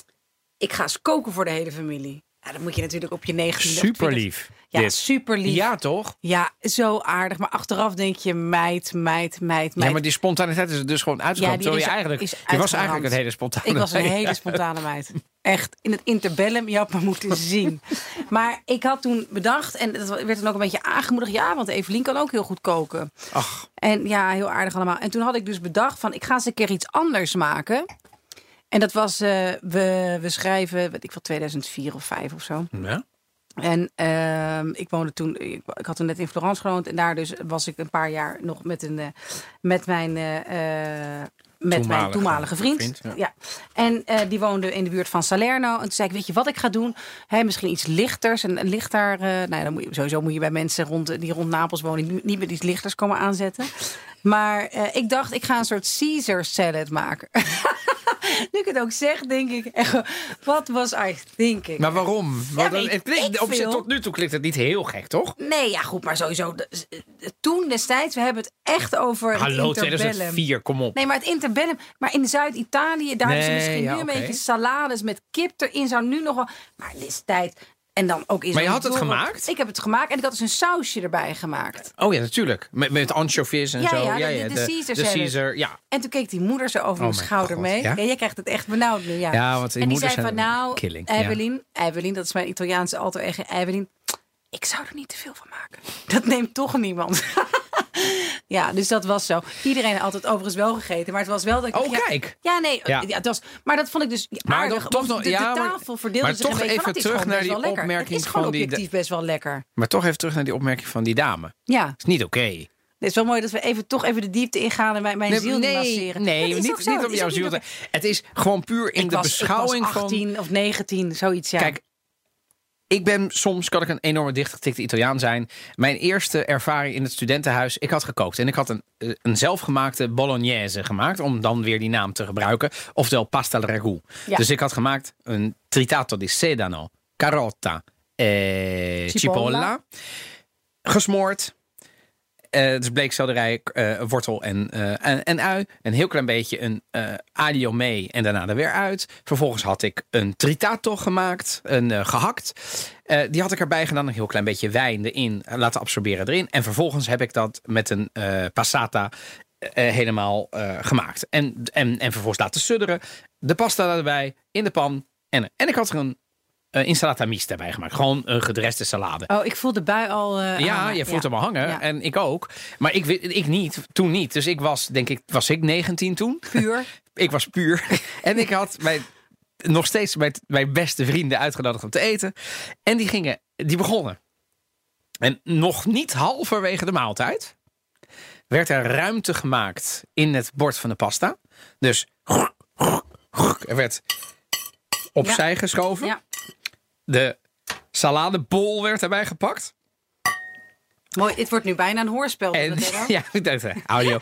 [SPEAKER 3] Ik ga eens koken voor de hele familie. Ja, dan moet je natuurlijk op je 19e...
[SPEAKER 4] Super lief.
[SPEAKER 3] Ja, super lief.
[SPEAKER 4] Ja, toch?
[SPEAKER 3] Ja, zo aardig. Maar achteraf denk je, meid.
[SPEAKER 4] Ja, maar die spontaniteit is er dus gewoon uitgekomen. Je was eigenlijk een hele spontane meid.
[SPEAKER 3] Ik was een hele spontane meid. Echt, in het interbellum, je had me moeten zien. Maar ik had toen bedacht, en dat werd dan ook een beetje aangemoedigd... ja, want Evelien kan ook heel goed koken.
[SPEAKER 4] Ach.
[SPEAKER 3] En ja, heel aardig allemaal. En toen had ik dus bedacht van, ik ga eens een keer iets anders maken... En dat was, we schrijven, weet ik wel, 2004 of 5 of zo.
[SPEAKER 4] Ja.
[SPEAKER 3] En ik woonde toen, ik had toen net in Florence gewoond. En daar dus was ik een paar jaar nog met mijn toenmalige vriend. Ja. En die woonde in de buurt van Salerno. En toen zei ik, weet je wat ik ga doen? Misschien iets lichters. En lichter, dan sowieso moet je bij mensen die rond Napels wonen... niet met iets lichters komen aanzetten. Maar ik dacht, ik ga een soort Caesar salad maken. Nu ik het ook zeg, denk ik echt, wat was I thinking?
[SPEAKER 4] Maar waarom? Tot nu toe klinkt het niet heel gek, toch?
[SPEAKER 3] Nee, ja goed, maar sowieso. Toen destijds, we hebben het echt het interbellum.
[SPEAKER 4] 2004, kom op.
[SPEAKER 3] Nee, maar het interbellum. Maar in Zuid-Italië, daar is misschien nu een beetje salades met kip erin. Zou nu nog wel... Maar destijds... En dan ook
[SPEAKER 4] maar je had het gemaakt?
[SPEAKER 3] Ik heb het gemaakt en ik had dus een sausje erbij gemaakt.
[SPEAKER 4] Oh ja, natuurlijk. Met anchovies en zo.
[SPEAKER 3] Ja, de Caesar,
[SPEAKER 4] ja.
[SPEAKER 3] En toen keek die moeder zo over mijn schouder mee. Ja? Jij krijgt het echt benauwd nu.
[SPEAKER 4] Ja, want die moeders zijn
[SPEAKER 3] killing. Evelien, dat is mijn Italiaanse alter ego. Evelien, ik zou er niet te veel van maken. Dat neemt toch niemand. Ja, dus dat was zo. Iedereen had het overigens wel gegeten, maar het was wel dat ik...
[SPEAKER 4] kijk.
[SPEAKER 3] Ja, nee. Ja. Het was, maar dat vond ik dus aardig.
[SPEAKER 4] Toch nog,
[SPEAKER 3] de tafel verdeelde zich een beetje.
[SPEAKER 4] Maar toch even terug naar die opmerking
[SPEAKER 3] van die... Het is gewoon objectief best wel lekker.
[SPEAKER 4] Maar toch even terug naar die opmerking van die dame.
[SPEAKER 3] Ja.
[SPEAKER 4] Het is niet oké.
[SPEAKER 3] Het is wel mooi dat we toch even de diepte ingaan en mijn ziel niet masseren.
[SPEAKER 4] Nee, niet op jouw ziel. Het is gewoon puur in de beschouwing van...
[SPEAKER 3] Ik was 18 of 19, zoiets, ja.
[SPEAKER 4] Kijk, soms kan ik een enorme dichtgetikte Italiaan zijn. Mijn eerste ervaring in het studentenhuis, ik had gekookt. En ik had een zelfgemaakte bolognese gemaakt, om dan weer die naam te gebruiken. Oftewel pasta al ragù. Ja. Dus ik had gemaakt een tritato di sedano, carota, cipolla. Gesmoord. Dus bleekselderij, wortel en ui. Een heel klein beetje een aglio mee en daarna er weer uit. Vervolgens had ik een tritato gemaakt, gehakt. Die had ik erbij gedaan, een heel klein beetje wijn erin, laten absorberen erin. En vervolgens heb ik dat met een passata helemaal gemaakt. En vervolgens laten sudderen. De pasta erbij, in de pan. En ik had er een insalata mista bij gemaakt. Gewoon een gedreste salade.
[SPEAKER 3] Oh, ik voel de bui al
[SPEAKER 4] je voelt hem al hangen. Ja. En ik ook. Maar ik niet. Toen niet. Dus was ik 19 toen?
[SPEAKER 3] Puur.
[SPEAKER 4] Ik was puur. En ik had nog steeds mijn beste vrienden uitgenodigd om te eten. En die begonnen. En nog niet halverwege de maaltijd werd er ruimte gemaakt in het bord van de pasta. Dus er werd opzij geschoven. Ja. De saladebol werd erbij gepakt.
[SPEAKER 3] Mooi, dit wordt nu bijna een hoorspel.
[SPEAKER 4] Ja, ik dacht audio.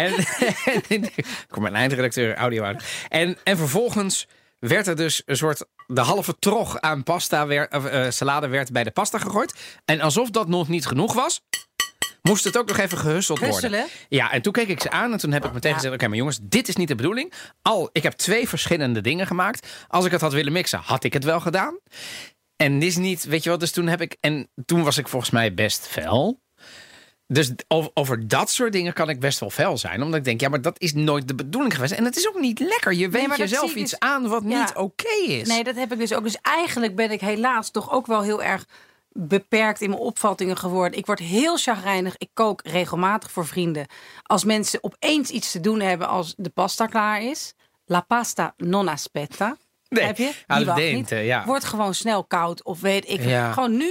[SPEAKER 4] Kom mijn eindredacteur, audio. En vervolgens werd er dus een soort... De halve trog aan salade werd bij de pasta gegooid. En alsof dat nog niet genoeg was, moest het ook nog even gehusteld worden. Ja, en toen keek ik ze aan en toen heb ik meteen gezegd... Oké, maar jongens, dit is niet de bedoeling. Ik heb 2 verschillende dingen gemaakt. Als ik het had willen mixen, had ik het wel gedaan. En dit is niet, weet je wel, dus toen was ik volgens mij best fel. Dus over dat soort dingen kan ik best wel fel zijn. Omdat ik denk, ja, maar dat is nooit de bedoeling geweest. En het is ook niet lekker. Je wendt jezelf iets aan wat niet oké is.
[SPEAKER 3] Nee, dat heb ik dus ook. Dus eigenlijk ben ik helaas toch ook wel heel erg beperkt in mijn opvattingen geworden. Ik word heel chagrijnig. Ik kook regelmatig voor vrienden. Als mensen opeens iets te doen hebben als de pasta klaar is. La pasta non aspetta.
[SPEAKER 4] Nee,
[SPEAKER 3] heb je?
[SPEAKER 4] al dente, ja.
[SPEAKER 3] Wordt gewoon snel koud of weet ik. Ja. Gewoon nu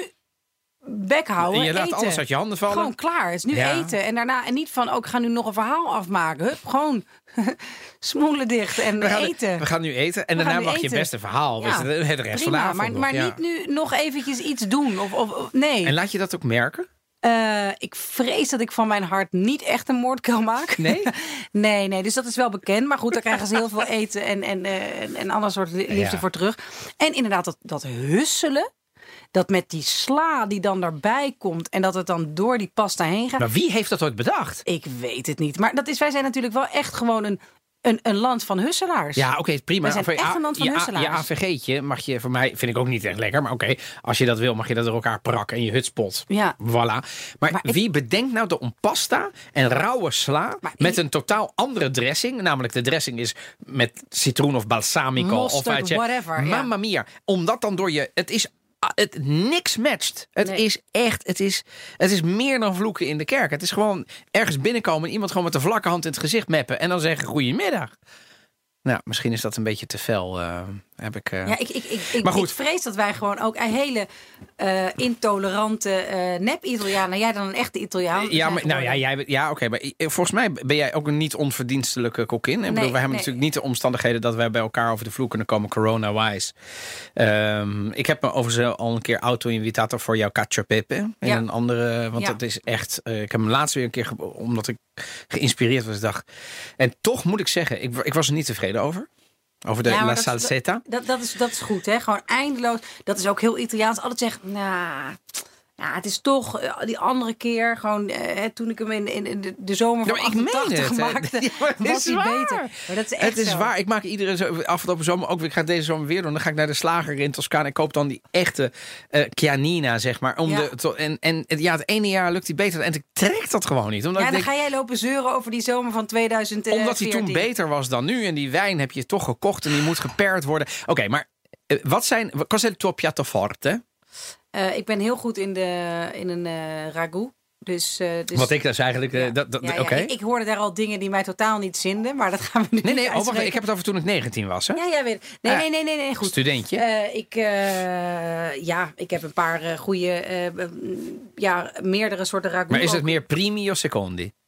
[SPEAKER 3] bek houden.
[SPEAKER 4] Je laat
[SPEAKER 3] eten.
[SPEAKER 4] alles uit je handen vallen.
[SPEAKER 3] Gewoon klaar. Het is nu eten. En daarna, en niet van, ik ga nu nog een verhaal afmaken. Hup, gewoon smoelen dicht en eten.
[SPEAKER 4] We gaan nu eten. En daarna mag je beste verhaal. Ja. Dus het rest
[SPEAKER 3] prima,
[SPEAKER 4] van de avond
[SPEAKER 3] maar niet nu nog eventjes iets doen. Of nee.
[SPEAKER 4] En laat je dat ook merken?
[SPEAKER 3] Ik vrees dat ik van mijn hart niet echt een moordkuil maak.
[SPEAKER 4] Nee?
[SPEAKER 3] nee, dus dat is wel bekend. Maar goed, daar krijgen ze heel veel eten en ander soort liefde voor terug. En inderdaad, dat husselen. Dat met die sla die dan daarbij komt en dat het dan door die pasta heen gaat.
[SPEAKER 4] Maar wie heeft dat ooit bedacht?
[SPEAKER 3] Ik weet het niet. Maar wij zijn natuurlijk wel echt gewoon een land van husselaars.
[SPEAKER 4] Ja, oké, prima.
[SPEAKER 3] We zijn echt een land van husselaars.
[SPEAKER 4] Je AVG'tje mag je, voor mij vind ik ook niet echt lekker. Maar oké, als je dat wil, mag je dat door elkaar prakken in je hutspot. Ja. Voilà. Maar wie bedenkt nou om pasta en rauwe sla met een totaal andere dressing? Namelijk de dressing is met citroen of balsamico.
[SPEAKER 3] Mosterd,
[SPEAKER 4] of
[SPEAKER 3] whatever.
[SPEAKER 4] Mamma mia. Omdat dan door je... Het niks matcht. Het is echt, het is meer dan vloeken in de kerk. Het is gewoon ergens binnenkomen en iemand gewoon met de vlakke hand in het gezicht meppen en dan zeggen goedemiddag. Nou, misschien is dat een beetje te fel.
[SPEAKER 3] Maar goed. Ik vrees dat wij gewoon ook een hele intolerante nep-Italiaan. Jij dan een echte Italiaan.
[SPEAKER 4] Ja, maar oké. Maar volgens mij ben jij ook een niet onverdienstelijke kokkin. Ik bedoel, wij hebben natuurlijk niet de omstandigheden dat wij bij elkaar over de vloer kunnen komen, corona-wise. Ik heb me overigens al een keer auto-invitator voor jouw cacio e pepe. In een andere, want dat is echt. Ik heb hem laatst weer een keer, omdat ik geïnspireerd was, dacht. En toch moet ik zeggen, ik was er niet tevreden over. Over de la salsetta.
[SPEAKER 3] Dat is goed, hè? Gewoon eindeloos. Dat is ook heel Italiaans. Altijd zeggen, het is toch die andere keer. Gewoon toen ik hem in de zomer van 88 maakte, was hij beter. Maar dat is echt
[SPEAKER 4] het is waar. Ik maak iedere afgelopen zomer ook weer. Ik ga deze zomer weer doen. Dan ga ik naar de slager in Toscane. Ik koop dan die echte Chianina, zeg maar. Het ene jaar lukt die beter. En ik trek dat gewoon niet. Omdat
[SPEAKER 3] dan ga jij lopen zeuren over die zomer van 2014.
[SPEAKER 4] Omdat hij toen beter was dan nu. En die wijn heb je toch gekocht en die moet geperd worden. Oké, maar cos'è il tuo piatto forte?
[SPEAKER 3] Ik ben heel goed in een ragout. Dus
[SPEAKER 4] wat ik dus eigenlijk...
[SPEAKER 3] Ik hoorde daar al dingen die mij totaal niet zinden. Maar dat gaan we nu niet
[SPEAKER 4] wacht, ik heb het over toen ik 19 was. Hè?
[SPEAKER 3] Ja, weet het. Nee, goed.
[SPEAKER 4] Studentje?
[SPEAKER 3] Ik heb een paar goede... meerdere soorten ragout.
[SPEAKER 4] Maar is het meer primi of secondi?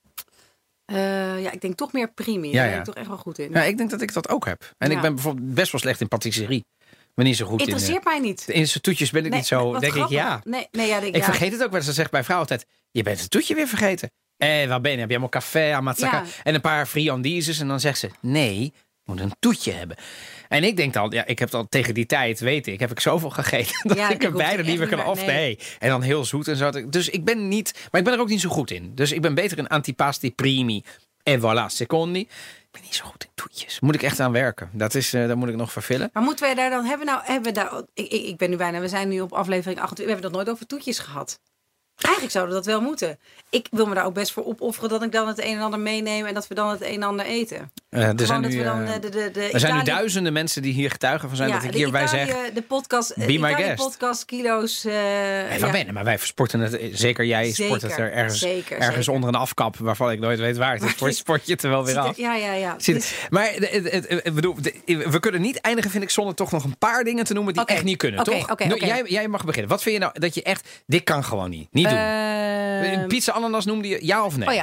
[SPEAKER 3] Ik denk toch meer primi. Daar ben ik toch echt wel goed in.
[SPEAKER 4] Ja, ik denk dat ik dat ook heb. En ik ben bijvoorbeeld best wel slecht in patisserie. Maar niet zo goed
[SPEAKER 3] interesseert mij niet.
[SPEAKER 4] In zijn toetjes ben ik niet zo. Denk
[SPEAKER 3] grappig. Ik
[SPEAKER 4] vergeet het ook wel. Ze zegt bij vrouwen altijd: je bent het toetje weer vergeten. Waar ben je? Heb je allemaal café, amazzaka en een paar friandises? En dan zegt ze: nee, je moet een toetje hebben. En ik denk dan, ik heb al tegen die tijd, heb ik zoveel gegeten dat ik er bijna niet meer kan af. Nee. En dan heel zoet en zo. Dus ik ben niet, maar ik ben er ook niet zo goed in. Dus ik ben beter in antipasti primi en voilà secondi. Ik ben niet zo goed in toetjes. Moet ik echt aan werken. Daar moet ik nog vervullen.
[SPEAKER 3] Maar moeten wij daar dan ik ben nu bijna, we zijn nu op aflevering 28. We hebben dat nooit over toetjes gehad. Eigenlijk zouden we dat wel moeten. Ik wil me daar ook best voor opofferen dat ik dan het een en ander meeneem en dat we dan het een en ander eten.
[SPEAKER 4] Er zijn nu duizenden mensen die hier getuigen van zijn dat ik hierbij zeg.
[SPEAKER 3] De podcast,
[SPEAKER 4] be my guest.
[SPEAKER 3] Podcast kilo's.
[SPEAKER 4] Maar wij versporten het. Zeker jij sport het er ergens onder een afkap waarvan ik nooit weet waar het is. Sport je het er wel weer af.
[SPEAKER 3] Ja.
[SPEAKER 4] Maar we kunnen niet eindigen, vind ik, zonder toch nog een paar dingen te noemen die echt niet kunnen, toch? Jij mag beginnen. Wat vind je nou dat je echt, dit kan gewoon niet doen? Pizza ananas noemde je, ja of nee?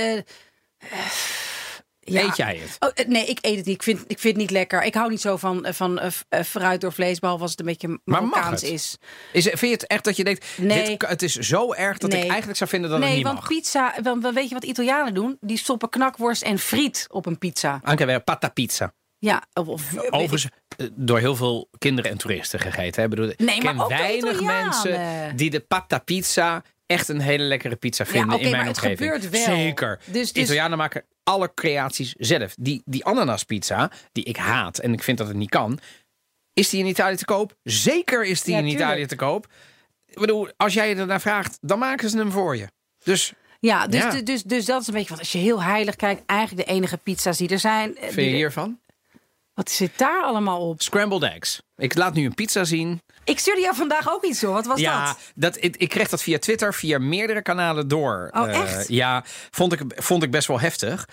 [SPEAKER 4] Eet jij het?
[SPEAKER 3] Nee, ik eet het niet. Ik vind het niet lekker. Ik hou niet zo van fruit door vlees, behalve als het een beetje Marokkaans is.
[SPEAKER 4] Vind je het echt dat je denkt, het is zo erg dat ik eigenlijk zou vinden dat het niet mag? Nee,
[SPEAKER 3] want pizza, weet je wat Italianen doen? Die stoppen knakworst en friet op een pizza.
[SPEAKER 4] Anche weer pata pizza.
[SPEAKER 3] Ja,
[SPEAKER 4] overigens door heel veel kinderen en toeristen gegeten. Ik ken weinig mensen die de pata pizza echt een hele lekkere pizza vinden in mijn omgeving.
[SPEAKER 3] Het gebeurt wel.
[SPEAKER 4] Zeker. Dus Italianen maken alle creaties zelf. Die ananaspizza, die ik haat en ik vind dat het niet kan, is die in Italië te koop? Zeker is die in Italië te koop. Ik bedoel, als jij ernaar vraagt, dan maken ze hem voor je. Dus
[SPEAKER 3] dat is een beetje wat. Als je heel heilig kijkt, eigenlijk de enige pizza's die er zijn.
[SPEAKER 4] Vind je hiervan?
[SPEAKER 3] Wat zit daar allemaal op?
[SPEAKER 4] Scrambled eggs. Ik laat nu een pizza zien.
[SPEAKER 3] Ik stuurde jou vandaag ook iets door. Wat was dat?
[SPEAKER 4] Ik kreeg dat via Twitter, via meerdere kanalen door.
[SPEAKER 3] Oh, echt?
[SPEAKER 4] Ja, vond ik best wel heftig.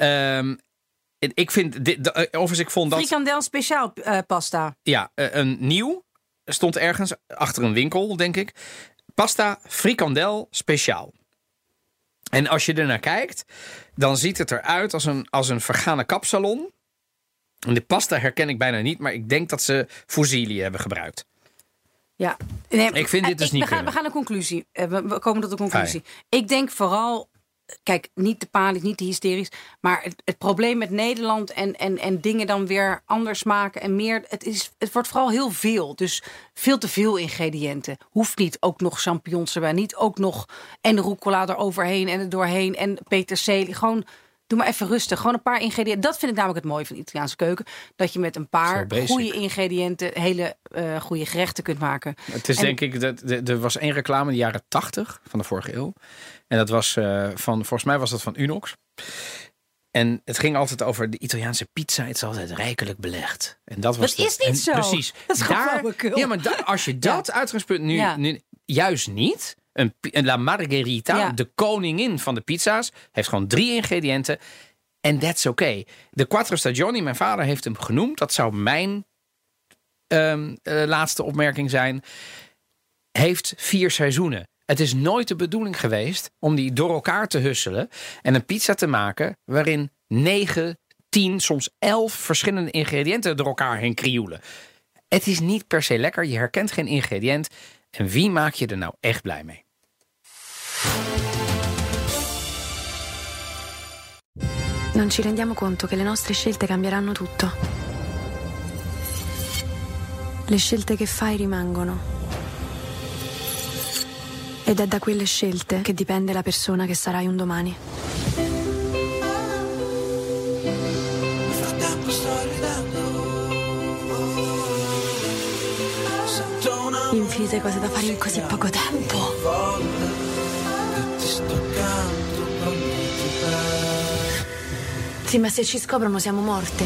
[SPEAKER 4] Ik vind overigens, ik vond dat
[SPEAKER 3] frikandel speciaal pasta.
[SPEAKER 4] Ja, een nieuw stond ergens achter een winkel, denk ik. Pasta frikandel speciaal. En als je ernaar kijkt, dan ziet het eruit als een vergane kapsalon. En de pasta herken ik bijna niet, maar ik denk dat ze fusilli hebben gebruikt.
[SPEAKER 3] Ja,
[SPEAKER 4] ik vind dit dus niet kunnen.
[SPEAKER 3] We gaan een conclusie. We komen tot een conclusie. Ik denk vooral, kijk, niet te panisch, niet te hysterisch, maar het probleem met Nederland en dingen dan weer anders maken en meer. Het wordt vooral heel veel. Dus veel te veel ingrediënten. Hoeft niet ook nog champignons erbij, niet ook nog en rucola eroverheen en er doorheen en peterselie. Gewoon. Doe maar even rustig. Gewoon een paar ingrediënten. Dat vind ik namelijk het mooie van de Italiaanse keuken. Dat je met een paar goede ingrediënten hele goede gerechten kunt maken.
[SPEAKER 4] Het is denk ik, er was één reclame in de jaren 80 van de vorige eeuw. En dat was volgens mij was dat van Unox. En het ging altijd over de Italiaanse pizza. Het is altijd rijkelijk belegd. En dat
[SPEAKER 3] is niet zo.
[SPEAKER 4] Precies.
[SPEAKER 3] Dat is flauwekul.
[SPEAKER 4] Ja, maar als je dat uitgangspunt nu juist niet. Een La Margherita, de koningin van de pizza's, heeft gewoon 3 ingrediënten. En that's okay. De Quattro Stagioni, mijn vader heeft hem genoemd. Dat zou mijn laatste opmerking zijn. Heeft 4 seizoenen. Het is nooit de bedoeling geweest om die door elkaar te husselen en een pizza te maken waarin 9, 10, soms 11 verschillende ingrediënten door elkaar heen krioelen. Het is niet per se lekker. Je herkent geen ingrediënt. En wie maak je er nou echt blij mee?
[SPEAKER 6] Non ci rendiamo conto che le nostre scelte cambieranno tutto. Le scelte che fai rimangono. Ed è da quelle scelte che dipende la persona che sarai un domani. Infinite cose da fare in così poco tempo. Sì, ma se ci scoprono siamo morte.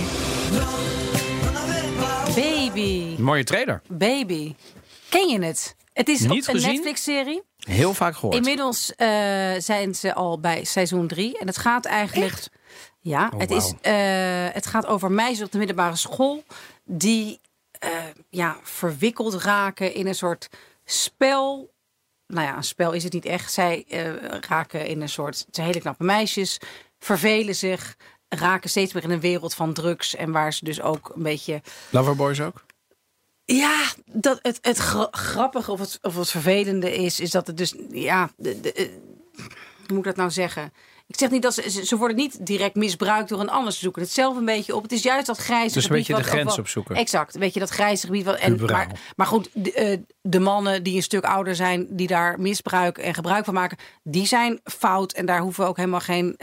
[SPEAKER 3] Baby.
[SPEAKER 4] Mooie trailer.
[SPEAKER 3] Baby. Ken je het? Het is
[SPEAKER 4] niet
[SPEAKER 3] een
[SPEAKER 4] gezien?
[SPEAKER 3] Netflix-serie.
[SPEAKER 4] Heel vaak gehoord.
[SPEAKER 3] Inmiddels zijn ze al bij seizoen 3. En het gaat eigenlijk...
[SPEAKER 4] Echt?
[SPEAKER 3] Ja, het gaat over meisjes op de middelbare school die verwikkeld raken in een soort spel. Nou ja, een spel is het niet echt. Zij raken in een soort... Het zijn hele knappe meisjes. vervelen zich, raken steeds meer in een wereld van drugs. En waar ze dus ook een beetje...
[SPEAKER 4] Loverboys ook?
[SPEAKER 3] Ja, dat het grappige of het vervelende is dat het dus... Ja, hoe moet ik dat nou zeggen? Ik zeg niet dat ze worden niet direct misbruikt door een ander. Ze zoeken het zelf een beetje op. Het is juist dat grijze
[SPEAKER 4] dus
[SPEAKER 3] gebied.
[SPEAKER 4] Dus een beetje de grens opzoeken.
[SPEAKER 3] Exact, een beetje dat grijze gebied. Maar goed, de mannen die een stuk ouder zijn, die daar misbruik en gebruik van maken, die zijn fout. En daar hoeven we ook helemaal geen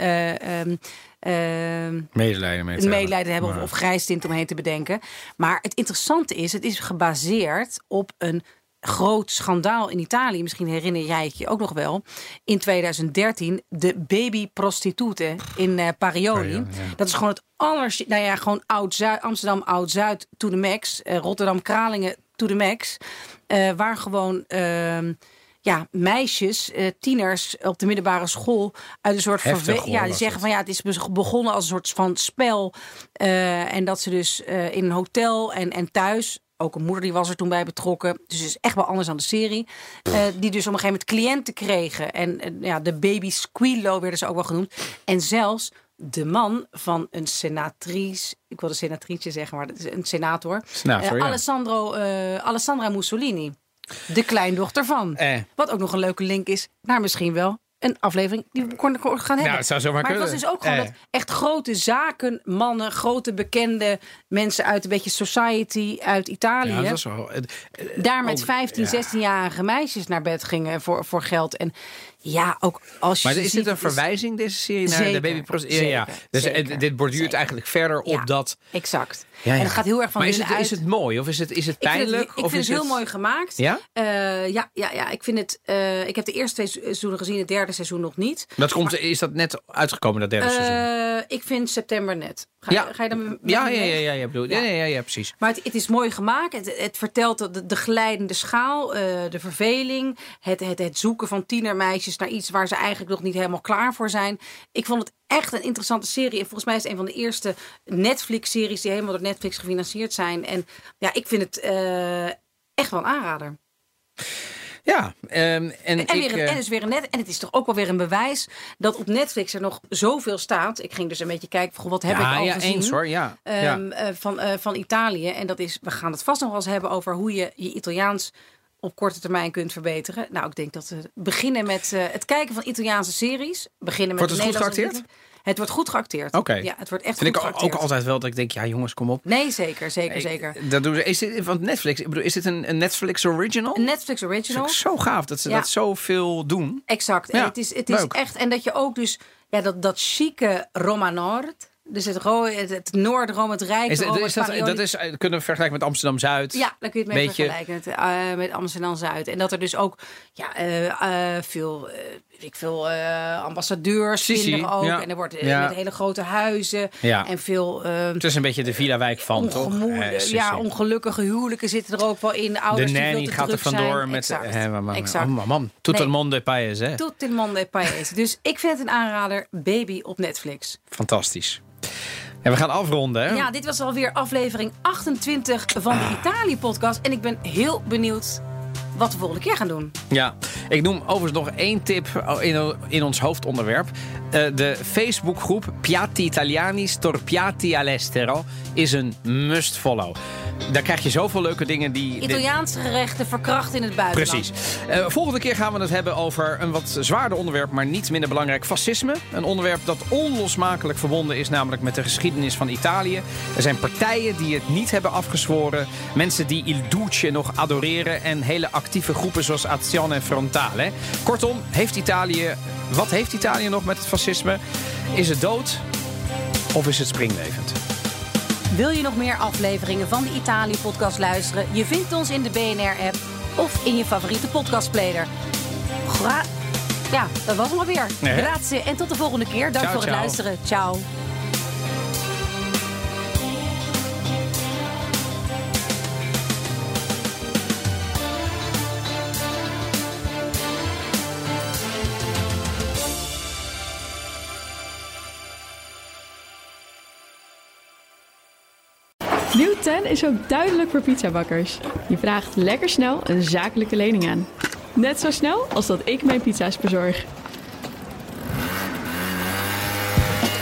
[SPEAKER 3] medelijden hebben of grijstint omheen te bedenken. Maar het interessante is, het is gebaseerd op een groot schandaal in Italië. Misschien herinner jij het je ook nog wel. In 2013 de baby prostitute in Parioli. Ja. Dat is gewoon het gewoon Amsterdam Oud-Zuid to the max. Rotterdam Kralingen to the max. Waar gewoon meisjes, tieners op de middelbare school uit een soort die zeggen van het is begonnen als een soort van spel. En dat ze dus in een hotel en thuis. Ook een moeder die was er toen bij betrokken. Dus het is echt wel anders dan de serie. Die dus op een gegeven moment cliënten kregen. En de baby squillo werden ze ook wel genoemd. En zelfs de man van een senatrice. Ik wilde senatrice zeggen, maar dat is een senator. Alessandra Mussolini. De kleindochter van. Wat ook nog een leuke link is naar misschien wel een aflevering die we gaan hebben.
[SPEAKER 4] Nou, het zou zomaar kunnen.
[SPEAKER 3] Het was dus ook gewoon dat echt grote zakenmannen, grote bekende mensen uit een beetje society uit Italië.
[SPEAKER 4] Ja, dat is wel,
[SPEAKER 3] daar met 15, 16-jarige meisjes naar bed gingen voor geld. En ja, ook als je.
[SPEAKER 4] Maar is dit een verwijzing, deze serie, naar
[SPEAKER 3] zeker,
[SPEAKER 4] de baby prostitutie? Ja. Dus dit borduurt eigenlijk verder op dat.
[SPEAKER 3] Exact.
[SPEAKER 4] Ja.
[SPEAKER 3] En het gaat heel erg van.
[SPEAKER 4] Maar is het mooi of is het pijnlijk?
[SPEAKER 3] Ik vind het heel mooi gemaakt.
[SPEAKER 4] Ja?
[SPEAKER 3] Ja. Ik vind het. Ik heb de eerste 2 seizoenen gezien, het derde seizoen nog niet.
[SPEAKER 4] Is dat net uitgekomen, dat derde seizoen?
[SPEAKER 3] Ik vind september net. Ga je dan?
[SPEAKER 4] Ja, bedoel. Ja, precies.
[SPEAKER 3] Maar het is mooi gemaakt. Het vertelt de glijdende schaal, de verveling, het zoeken van tienermeisjes naar iets waar ze eigenlijk nog niet helemaal klaar voor zijn. Ik vond het echt een interessante serie. En volgens mij is het een van de eerste Netflix-series die helemaal door Netflix gefinancierd zijn. En ja, ik vind het echt wel een aanrader.
[SPEAKER 4] Ja, en het is toch ook wel weer een bewijs dat op Netflix er nog zoveel staat. Ik ging dus een beetje kijken, wat heb ik al gezien?
[SPEAKER 3] Eens hoor, van Italië. En dat is, we gaan het vast nog wel eens hebben over hoe je Italiaans op korte termijn kunt verbeteren. Nou, ik denk dat we beginnen met het kijken van Italiaanse series. Wordt
[SPEAKER 4] het goed geacteerd?
[SPEAKER 3] Het wordt goed geacteerd.
[SPEAKER 4] Oké.
[SPEAKER 3] Ja, het wordt echt
[SPEAKER 4] vind
[SPEAKER 3] goed geacteerd.
[SPEAKER 4] Ook altijd wel dat ik denk, ja jongens, kom op.
[SPEAKER 3] Nee, zeker.
[SPEAKER 4] Dat doen ze. Is dit van Netflix? Ik bedoel, is dit een Netflix original?
[SPEAKER 3] Een Netflix original.
[SPEAKER 4] Dat is zo gaaf dat ze dat zoveel doen.
[SPEAKER 3] Exact. En het is echt, en dat je ook dus dat chique Roma Nord. Dus het Noord-Rome, het Rijk.
[SPEAKER 4] Kunnen we vergelijken met Amsterdam-Zuid?
[SPEAKER 3] Ja, dan kun je het mee vergelijken met Amsterdam-Zuid. En dat er dus ook veel ambassadeurs vinden ook. Ja. En er wordt met hele grote huizen. Ja. En veel...
[SPEAKER 4] het is een beetje de Villa-wijk van, toch?
[SPEAKER 3] Ongelukkige huwelijken zitten er ook wel in. Ouders
[SPEAKER 4] de nanny gaat er vandoor met... Exact. Tout le monde est paese, hè?
[SPEAKER 3] Tout le monde est paese. Dus ik vind het een aanrader. Baby op Netflix.
[SPEAKER 4] Fantastisch. En we gaan afronden, hè?
[SPEAKER 3] Ja, dit was alweer aflevering 28 van de Italië-podcast. En ik ben heel benieuwd wat we volgende keer gaan doen.
[SPEAKER 4] Ja, ik noem overigens nog 1 tip in ons hoofdonderwerp. De Facebookgroep Piatti Italiani Storpiati all'estero is een must follow. Daar krijg je zoveel leuke dingen die...
[SPEAKER 3] Italiaanse gerechten verkracht in het buitenland.
[SPEAKER 4] Precies. Volgende keer gaan we het hebben over een wat zwaarder onderwerp, maar niet minder belangrijk, fascisme. Een onderwerp dat onlosmakelijk verbonden is, namelijk met de geschiedenis van Italië. Er zijn partijen die het niet hebben afgezworen. Mensen die Il Duce nog adoreren. En hele actieve groepen zoals Azione Frontale. Kortom, wat heeft Italië nog met het fascisme? Is het dood of is het springlevend?
[SPEAKER 3] Wil je nog meer afleveringen van de Italië-podcast luisteren? Je vindt ons in de BNR-app of in je favoriete podcastplayer. Ja, dat was hem alweer.
[SPEAKER 4] Nee.
[SPEAKER 3] Grazie en tot de volgende keer. Dank voor het luisteren. Ciao.
[SPEAKER 1] Nieuw 10 is ook duidelijk voor pizzabakkers. Je vraagt lekker snel een zakelijke lening aan. Net zo snel als dat ik mijn pizza's bezorg.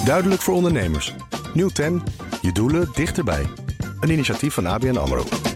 [SPEAKER 2] Duidelijk voor ondernemers. Nieuw 10, je doelen dichterbij. Een initiatief van ABN AMRO.